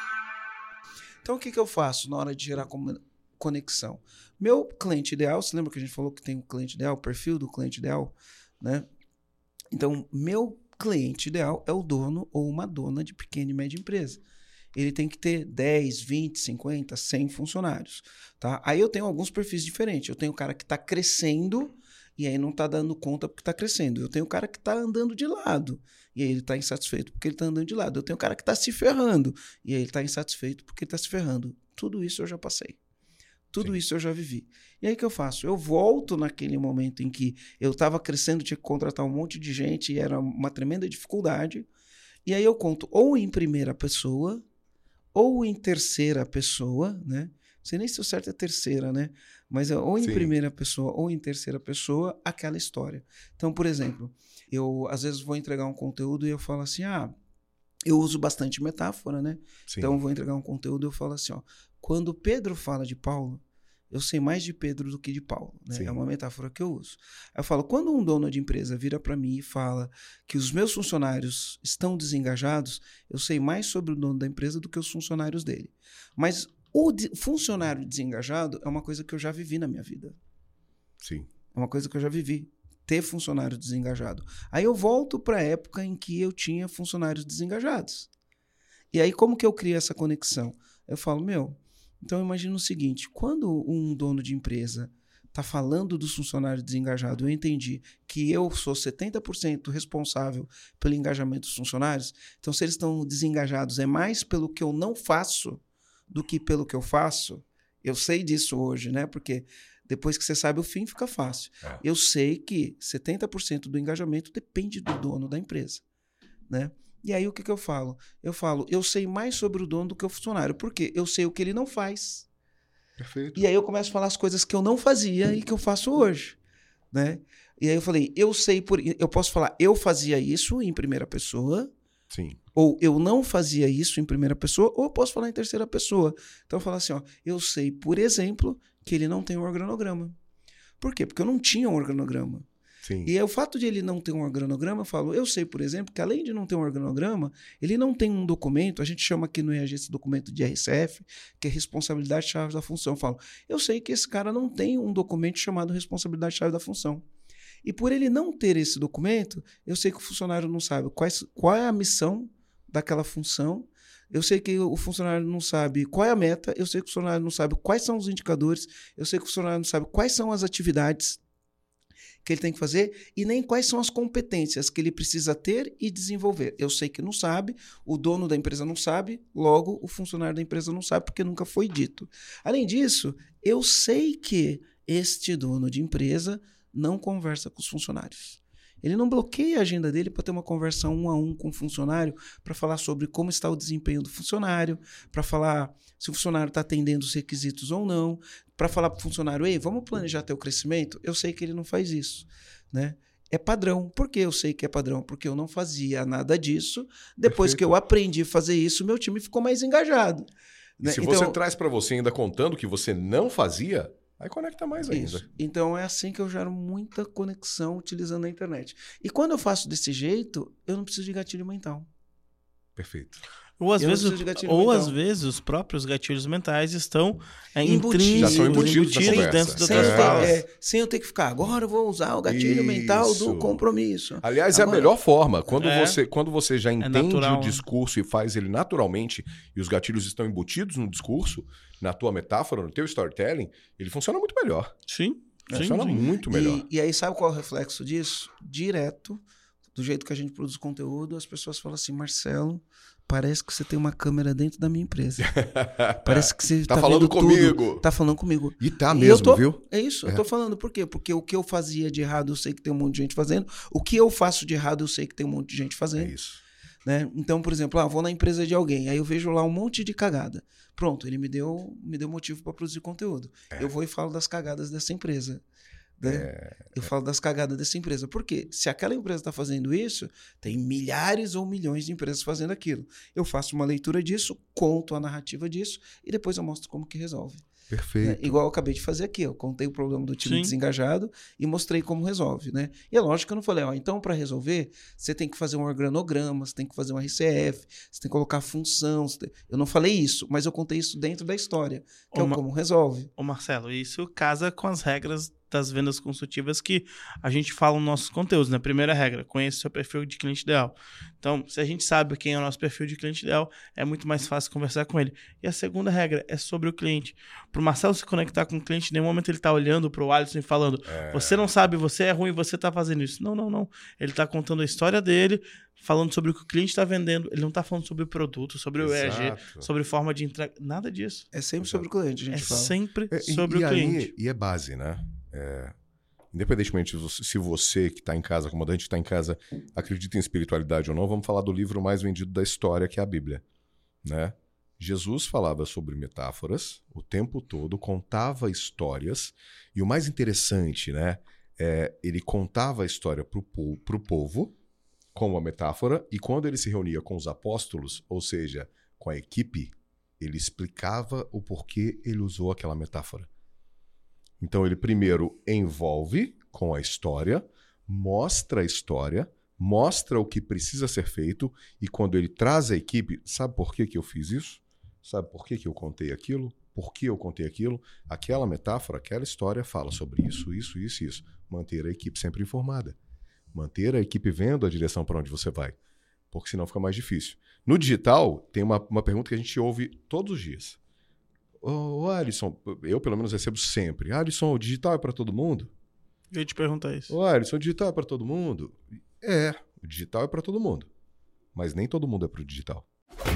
Então o que eu faço na hora de gerar conexão? Meu cliente ideal, você lembra que a gente falou que tem um cliente ideal, o perfil do cliente ideal, né? Então, meu cliente ideal é o dono ou uma dona de pequena e média empresa. Ele tem que ter 10, 20, 50, 100 funcionários, tá? Aí eu tenho alguns perfis diferentes. Eu tenho o cara que está crescendo e aí não está dando conta porque está crescendo. Eu tenho o cara que está andando de lado e aí ele está insatisfeito porque ele está andando de lado. Eu tenho o cara que está se ferrando e aí ele está insatisfeito porque ele está se ferrando. Tudo isso eu já passei. Tudo Sim. isso eu já vivi. E aí o que eu faço? Eu volto naquele momento em que eu estava crescendo, tinha que contratar um monte de gente e era uma tremenda dificuldade. E aí eu conto ou em primeira pessoa ou em terceira pessoa, né? Não sei nem se o certo é terceira, né? Mas ou em Sim. primeira pessoa ou em terceira pessoa, aquela história. Então, por exemplo, eu às vezes vou entregar um conteúdo e eu falo assim, eu uso bastante metáfora, né? Sim. Então, eu vou entregar um conteúdo e eu falo assim, quando Pedro fala de Paulo, eu sei mais de Pedro do que de Paulo, né? É uma metáfora que eu uso. Eu falo, quando um dono de empresa vira para mim e fala que os meus funcionários estão desengajados, eu sei mais sobre o dono da empresa do que os funcionários dele. Mas o funcionário desengajado é uma coisa que eu já vivi na minha vida. Sim. É uma coisa que eu já vivi, ter funcionário desengajado. Aí eu volto para a época em que eu tinha funcionários desengajados. E aí, como que eu crio essa conexão? Eu falo, então imagina o seguinte, quando um dono de empresa está falando dos funcionários desengajados, eu entendi que eu sou 70% responsável pelo engajamento dos funcionários, então se eles estão desengajados é mais pelo que eu não faço do que pelo que eu faço. Eu sei disso hoje, né? Porque depois que você sabe o fim, fica fácil. Eu sei que 70% do engajamento depende do dono da empresa, né? E aí o que eu falo? Eu falo, eu sei mais sobre o dono do que o funcionário. Por quê? Eu sei o que ele não faz. Perfeito. E aí eu começo a falar as coisas que eu não fazia e que eu faço hoje, né? E aí eu falei, eu posso falar, eu fazia isso em primeira pessoa, Sim. ou eu não fazia isso em primeira pessoa, ou eu posso falar em terceira pessoa. Então eu falo assim, eu sei, por exemplo, que ele não tem um organograma. Por quê? Porque eu não tinha um organograma. Sim. E aí, o fato de ele não ter um organograma, eu falo, eu sei, por exemplo, que além de não ter um organograma, ele não tem um documento, a gente chama aqui no EAG esse documento de RCF, que é responsabilidade-chave da função. Eu falo, eu sei que esse cara não tem um documento chamado responsabilidade-chave da função. E por ele não ter esse documento, eu sei que o funcionário não sabe qual é a missão daquela função, eu sei que o funcionário não sabe qual é a meta, eu sei que o funcionário não sabe quais são os indicadores, eu sei que o funcionário não sabe quais são as atividades que ele tem que fazer e nem quais são as competências que ele precisa ter e desenvolver. Eu sei que não sabe, o dono da empresa não sabe, logo o funcionário da empresa não sabe porque nunca foi dito. Além disso, eu sei que este dono de empresa não conversa com os funcionários. Ele não bloqueia a agenda dele para ter uma conversa 1 a 1 com o funcionário, para falar sobre como está o desempenho do funcionário, para falar se o funcionário está atendendo os requisitos ou não, para falar para o funcionário, ei, vamos planejar teu crescimento? Eu sei que ele não faz isso, né? É padrão. Por que eu sei que é padrão? Porque eu não fazia nada disso. Depois que eu aprendi a fazer isso, meu time ficou mais engajado. E se você traz para você ainda contando que você não fazia, aí conecta mais ainda. Isso. Então é assim que eu gero muita conexão utilizando a internet. E quando eu faço desse jeito, eu não preciso de gatilho mental. Perfeito. Ou às vezes os próprios gatilhos mentais estão embutidos dentro da tua fala. Sem eu ter que ficar, agora eu vou usar o gatilho mental do compromisso. Aliás, agora... é a melhor forma. Quando você já entende natural, o discurso e faz ele naturalmente, e os gatilhos estão embutidos no discurso, na tua metáfora, no teu storytelling, ele funciona muito melhor. Sim. Funciona muito melhor. E aí, sabe qual é o reflexo disso? Direto, do jeito que a gente produz conteúdo, as pessoas falam assim, Marcelo, parece que você tem uma câmera dentro da minha empresa. Parece que você tá falando comigo. Tudo. Tá falando comigo. E tá mesmo, viu? É isso, eu tô falando. Por quê? Porque o que eu fazia de errado, eu sei que tem um monte de gente fazendo. O que eu faço de errado, eu sei que tem um monte de gente fazendo. É isso. Né? Então, por exemplo, vou na empresa de alguém, aí eu vejo lá um monte de cagada. Pronto, ele me deu motivo para produzir conteúdo. Eu vou e falo das cagadas dessa empresa. Né? Eu falo das cagadas dessa empresa. Por quê? Se aquela empresa está fazendo isso, tem milhares ou milhões de empresas fazendo aquilo. Eu faço uma leitura disso, conto a narrativa disso e depois eu mostro como que resolve. Perfeito. Né? Igual eu acabei de fazer aqui. Eu contei o problema do time desengajado e mostrei como resolve. Né? E é lógico que eu não falei, então para resolver, você tem que fazer um organograma, você tem que fazer um RCF, você tem que colocar função. Eu não falei isso, mas eu contei isso dentro da história, que é como resolve. Ô Marcelo, isso casa com as regras das vendas consultivas que a gente fala nos nossos conteúdos, né? Primeira regra, conheça o seu perfil de cliente ideal. Então, se a gente sabe quem é o nosso perfil de cliente ideal, é muito mais fácil conversar com ele. E a segunda regra é sobre o cliente. Para o Marcelo se conectar com o cliente, em nenhum momento ele está olhando para o Alisson e falando, você não sabe, você é ruim, você está fazendo isso. Não. Ele está contando a história dele, falando sobre o que o cliente está vendendo. Ele não está falando sobre o produto, sobre o EAG, sobre forma de entrega, nada disso. É sempre sobre o cliente, a gente fala. Sempre sobre o cliente. E é base, né? Independentemente se você que está em casa, comandante que está em casa, acredita em espiritualidade ou não, vamos falar do livro mais vendido da história, que é a Bíblia. Né? Jesus falava sobre metáforas o tempo todo, contava histórias, e o mais interessante, né, ele contava a história para o povo, como uma metáfora, e quando ele se reunia com os apóstolos, ou seja, com a equipe, ele explicava o porquê ele usou aquela metáfora. Então ele primeiro envolve com a história, mostra a história, mostra o que precisa ser feito, e quando ele traz a equipe, sabe por que eu fiz isso? Sabe por que eu contei aquilo? Por que eu contei aquilo? Aquela metáfora, aquela história fala sobre isso, isso, isso e isso. Manter a equipe sempre informada. Manter a equipe vendo a direção para onde você vai. porque senão fica mais difícil. No digital, tem uma pergunta que a gente ouve todos os dias. Ô, Alisson, eu pelo menos recebo sempre. Alisson, o digital é para todo mundo? Eu ia te perguntar isso. Ô, Alisson, o digital é para todo mundo? É, o digital é para todo mundo. Mas nem todo mundo é para o digital.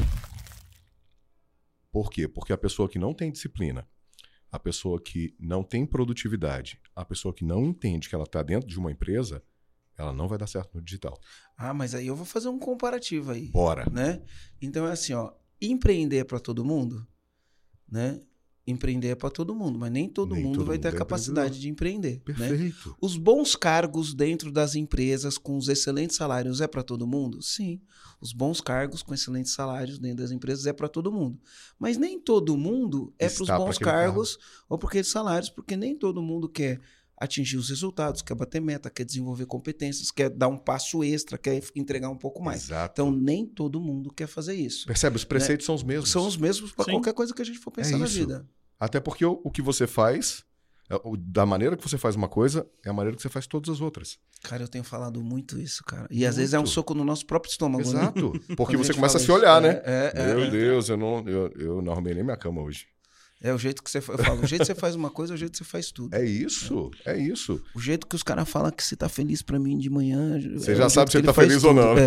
Por quê? Porque a pessoa que não tem disciplina, a pessoa que não tem produtividade, a pessoa que não entende que ela está dentro de uma empresa, ela não vai dar certo no digital. Ah, mas aí eu vou fazer um comparativo aí. Bora. Né? Então é assim, ó, empreender é para todo mundo, né? Empreender é para todo mundo, mas nem todo mundo vai ter a capacidade de empreender. Perfeito. Né? Os bons cargos dentro das empresas com os excelentes salários é para todo mundo? Sim. Os bons cargos com excelentes salários dentro das empresas é para todo mundo. Mas nem todo mundo é para os bons cargos ou para aqueles salários, porque nem todo mundo quer atingir os resultados, quer bater meta, quer desenvolver competências, quer dar um passo extra, quer entregar um pouco mais. Exato. Então, nem todo mundo quer fazer isso. Percebe? Os preceitos, né? São os mesmos. São os mesmos para qualquer coisa que a gente for pensar na vida. Até porque o que você faz, da maneira que você faz uma coisa, é a maneira que você faz todas as outras. Cara, eu tenho falado muito isso, cara. E às vezes é um soco no nosso próprio estômago. Exato. Né? Porque você começa a se olhar, né? Meu Deus, eu não arrumei nem minha cama hoje. É o jeito que você faz. Eu falo, o jeito que você faz uma coisa é o jeito que você faz tudo. É isso, é isso. O jeito que os caras falam que você tá feliz pra mim de manhã. Você já sabe se ele tá feliz ou não.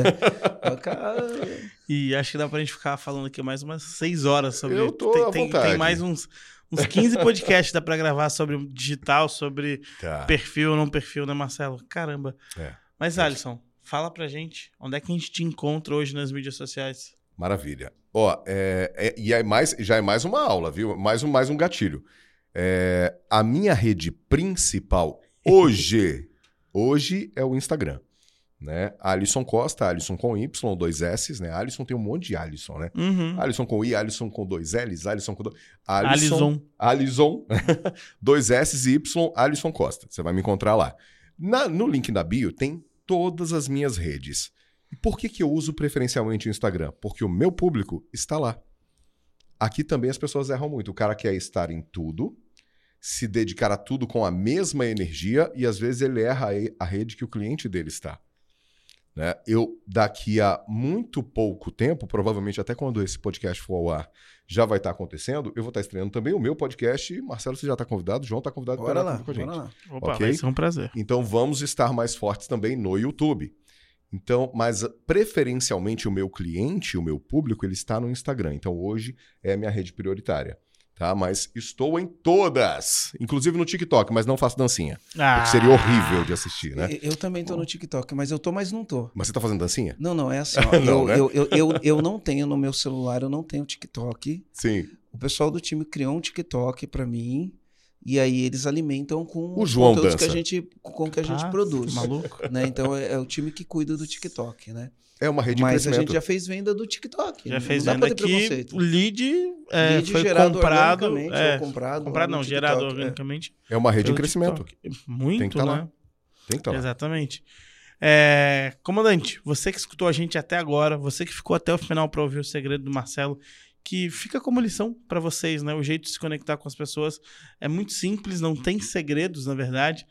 E acho que dá pra gente ficar falando aqui mais umas 6 horas sobre isso. Eu tô à vontade. Tem mais uns 15 podcasts dá pra gravar sobre digital, sobre perfil ou não perfil, né, Marcelo? Caramba. Mas, Alisson, fala pra gente, onde é que a gente te encontra hoje nas mídias sociais? Maravilha. Ó, já é mais uma aula, viu? Mais um gatilho. A minha rede principal hoje é o Instagram. Né? Alisson Costa, Alisson com Y, 2 S, né? Alisson tem um monte de Alisson, né? Uhum. Alisson com I, Alisson com 2 L's, Alisson com... Alisson. 2 S e Y, Alisson Costa. Você vai me encontrar lá. No link da bio tem todas as minhas redes. E por que eu uso preferencialmente o Instagram? Porque o meu público está lá. Aqui também as pessoas erram muito. O cara quer estar em tudo, se dedicar a tudo com a mesma energia e às vezes ele erra a rede que o cliente dele está. Né? Eu, daqui a muito pouco tempo, provavelmente até quando esse podcast for ao ar, já vai estar acontecendo, eu vou estar estreando também o meu podcast. Marcelo, você já está convidado, João está convidado para estar com a gente. Bora lá. Opa, okay? Vai ser um prazer. Então vamos estar mais fortes também no YouTube. Então, mas preferencialmente o meu cliente, o meu público, ele está no Instagram. Então hoje é a minha rede prioritária. Tá? Mas estou em todas, inclusive no TikTok, mas não faço dancinha. Porque seria horrível de assistir, né? Eu também tô no TikTok, mas eu tô, mas não tô. Mas você tá fazendo dancinha? Não, é assim. Ó, não, né? eu não tenho no meu celular, eu não tenho TikTok. Sim. O pessoal do time criou um TikTok pra mim. E aí eles alimentam com o João conteúdos dança. que a gente produz. Maluco. Né? Então é o time que cuida do TikTok, né? É uma rede de Mas crescimento. a gente já fez venda do TikTok. Já fez venda aqui. O lead foi gerado comprado. Ou comprado. Comprado não, gerado organicamente. É uma rede de crescimento. Muito, tem que estar né? lá. Tem que estar lá. Exatamente. Comandante, você que escutou a gente até agora, você que ficou até o final para ouvir o segredo do Marcelo, que fica como lição para vocês, né? O jeito de se conectar com as pessoas é muito simples, não tem segredos, na verdade.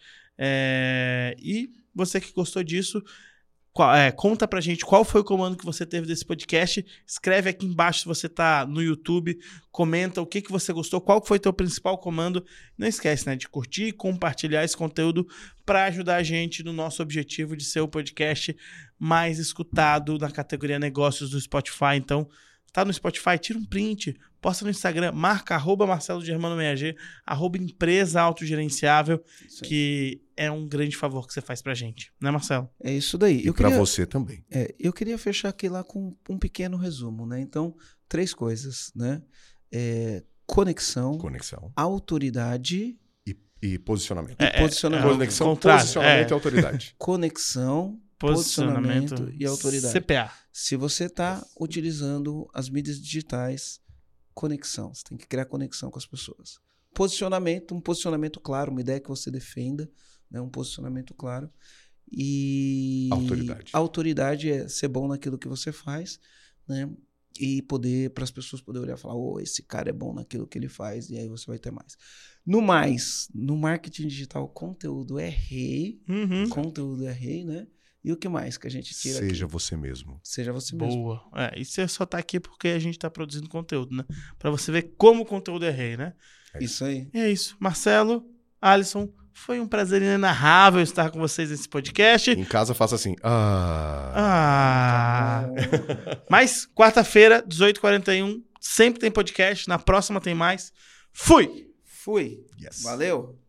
E você que gostou disso, conta pra gente qual foi o comando que você teve desse podcast. Escreve aqui embaixo se você tá no YouTube, comenta o que você gostou, qual foi o teu principal comando. Não esquece, né, de curtir e compartilhar esse conteúdo para ajudar a gente no nosso objetivo de ser o podcast mais escutado na categoria negócios do Spotify. Então, tá no Spotify, tira um print, posta no Instagram, marca @MarceloGermano6G, @empresa autogerenciável, que é um grande favor que você faz pra gente, né, Marcelo? É isso daí. E pra você também. Eu queria fechar aqui lá com um pequeno resumo, né? Então, 3 coisas, né? Conexão. Autoridade e posicionamento. Posicionamento. Conexão, posicionamento e autoridade. Conexão, posicionamento e autoridade. CPA. Se você está utilizando as mídias digitais, conexão. Você tem que criar conexão com as pessoas. Posicionamento, um posicionamento claro, uma ideia que você defenda, né? Um posicionamento claro. E autoridade é ser bom naquilo que você faz, né? E poder, para as pessoas poderem olhar e falar, esse cara é bom naquilo que ele faz, e aí você vai ter mais. No marketing digital, conteúdo é rei. Uhum. Conteúdo é rei, né? E o que mais que a gente tira Seja aqui? você mesmo. Seja você mesmo. Boa. E você só tá aqui porque a gente tá produzindo conteúdo, né? Pra você ver como o conteúdo é rei, né? Isso aí. E é isso. Marcelo, Alisson, foi um prazer inenarrável estar com vocês nesse podcast. Em casa, faça assim. Mas, quarta-feira, 18h41, sempre tem podcast. Na próxima tem mais. Fui! Fui. Yes. Valeu.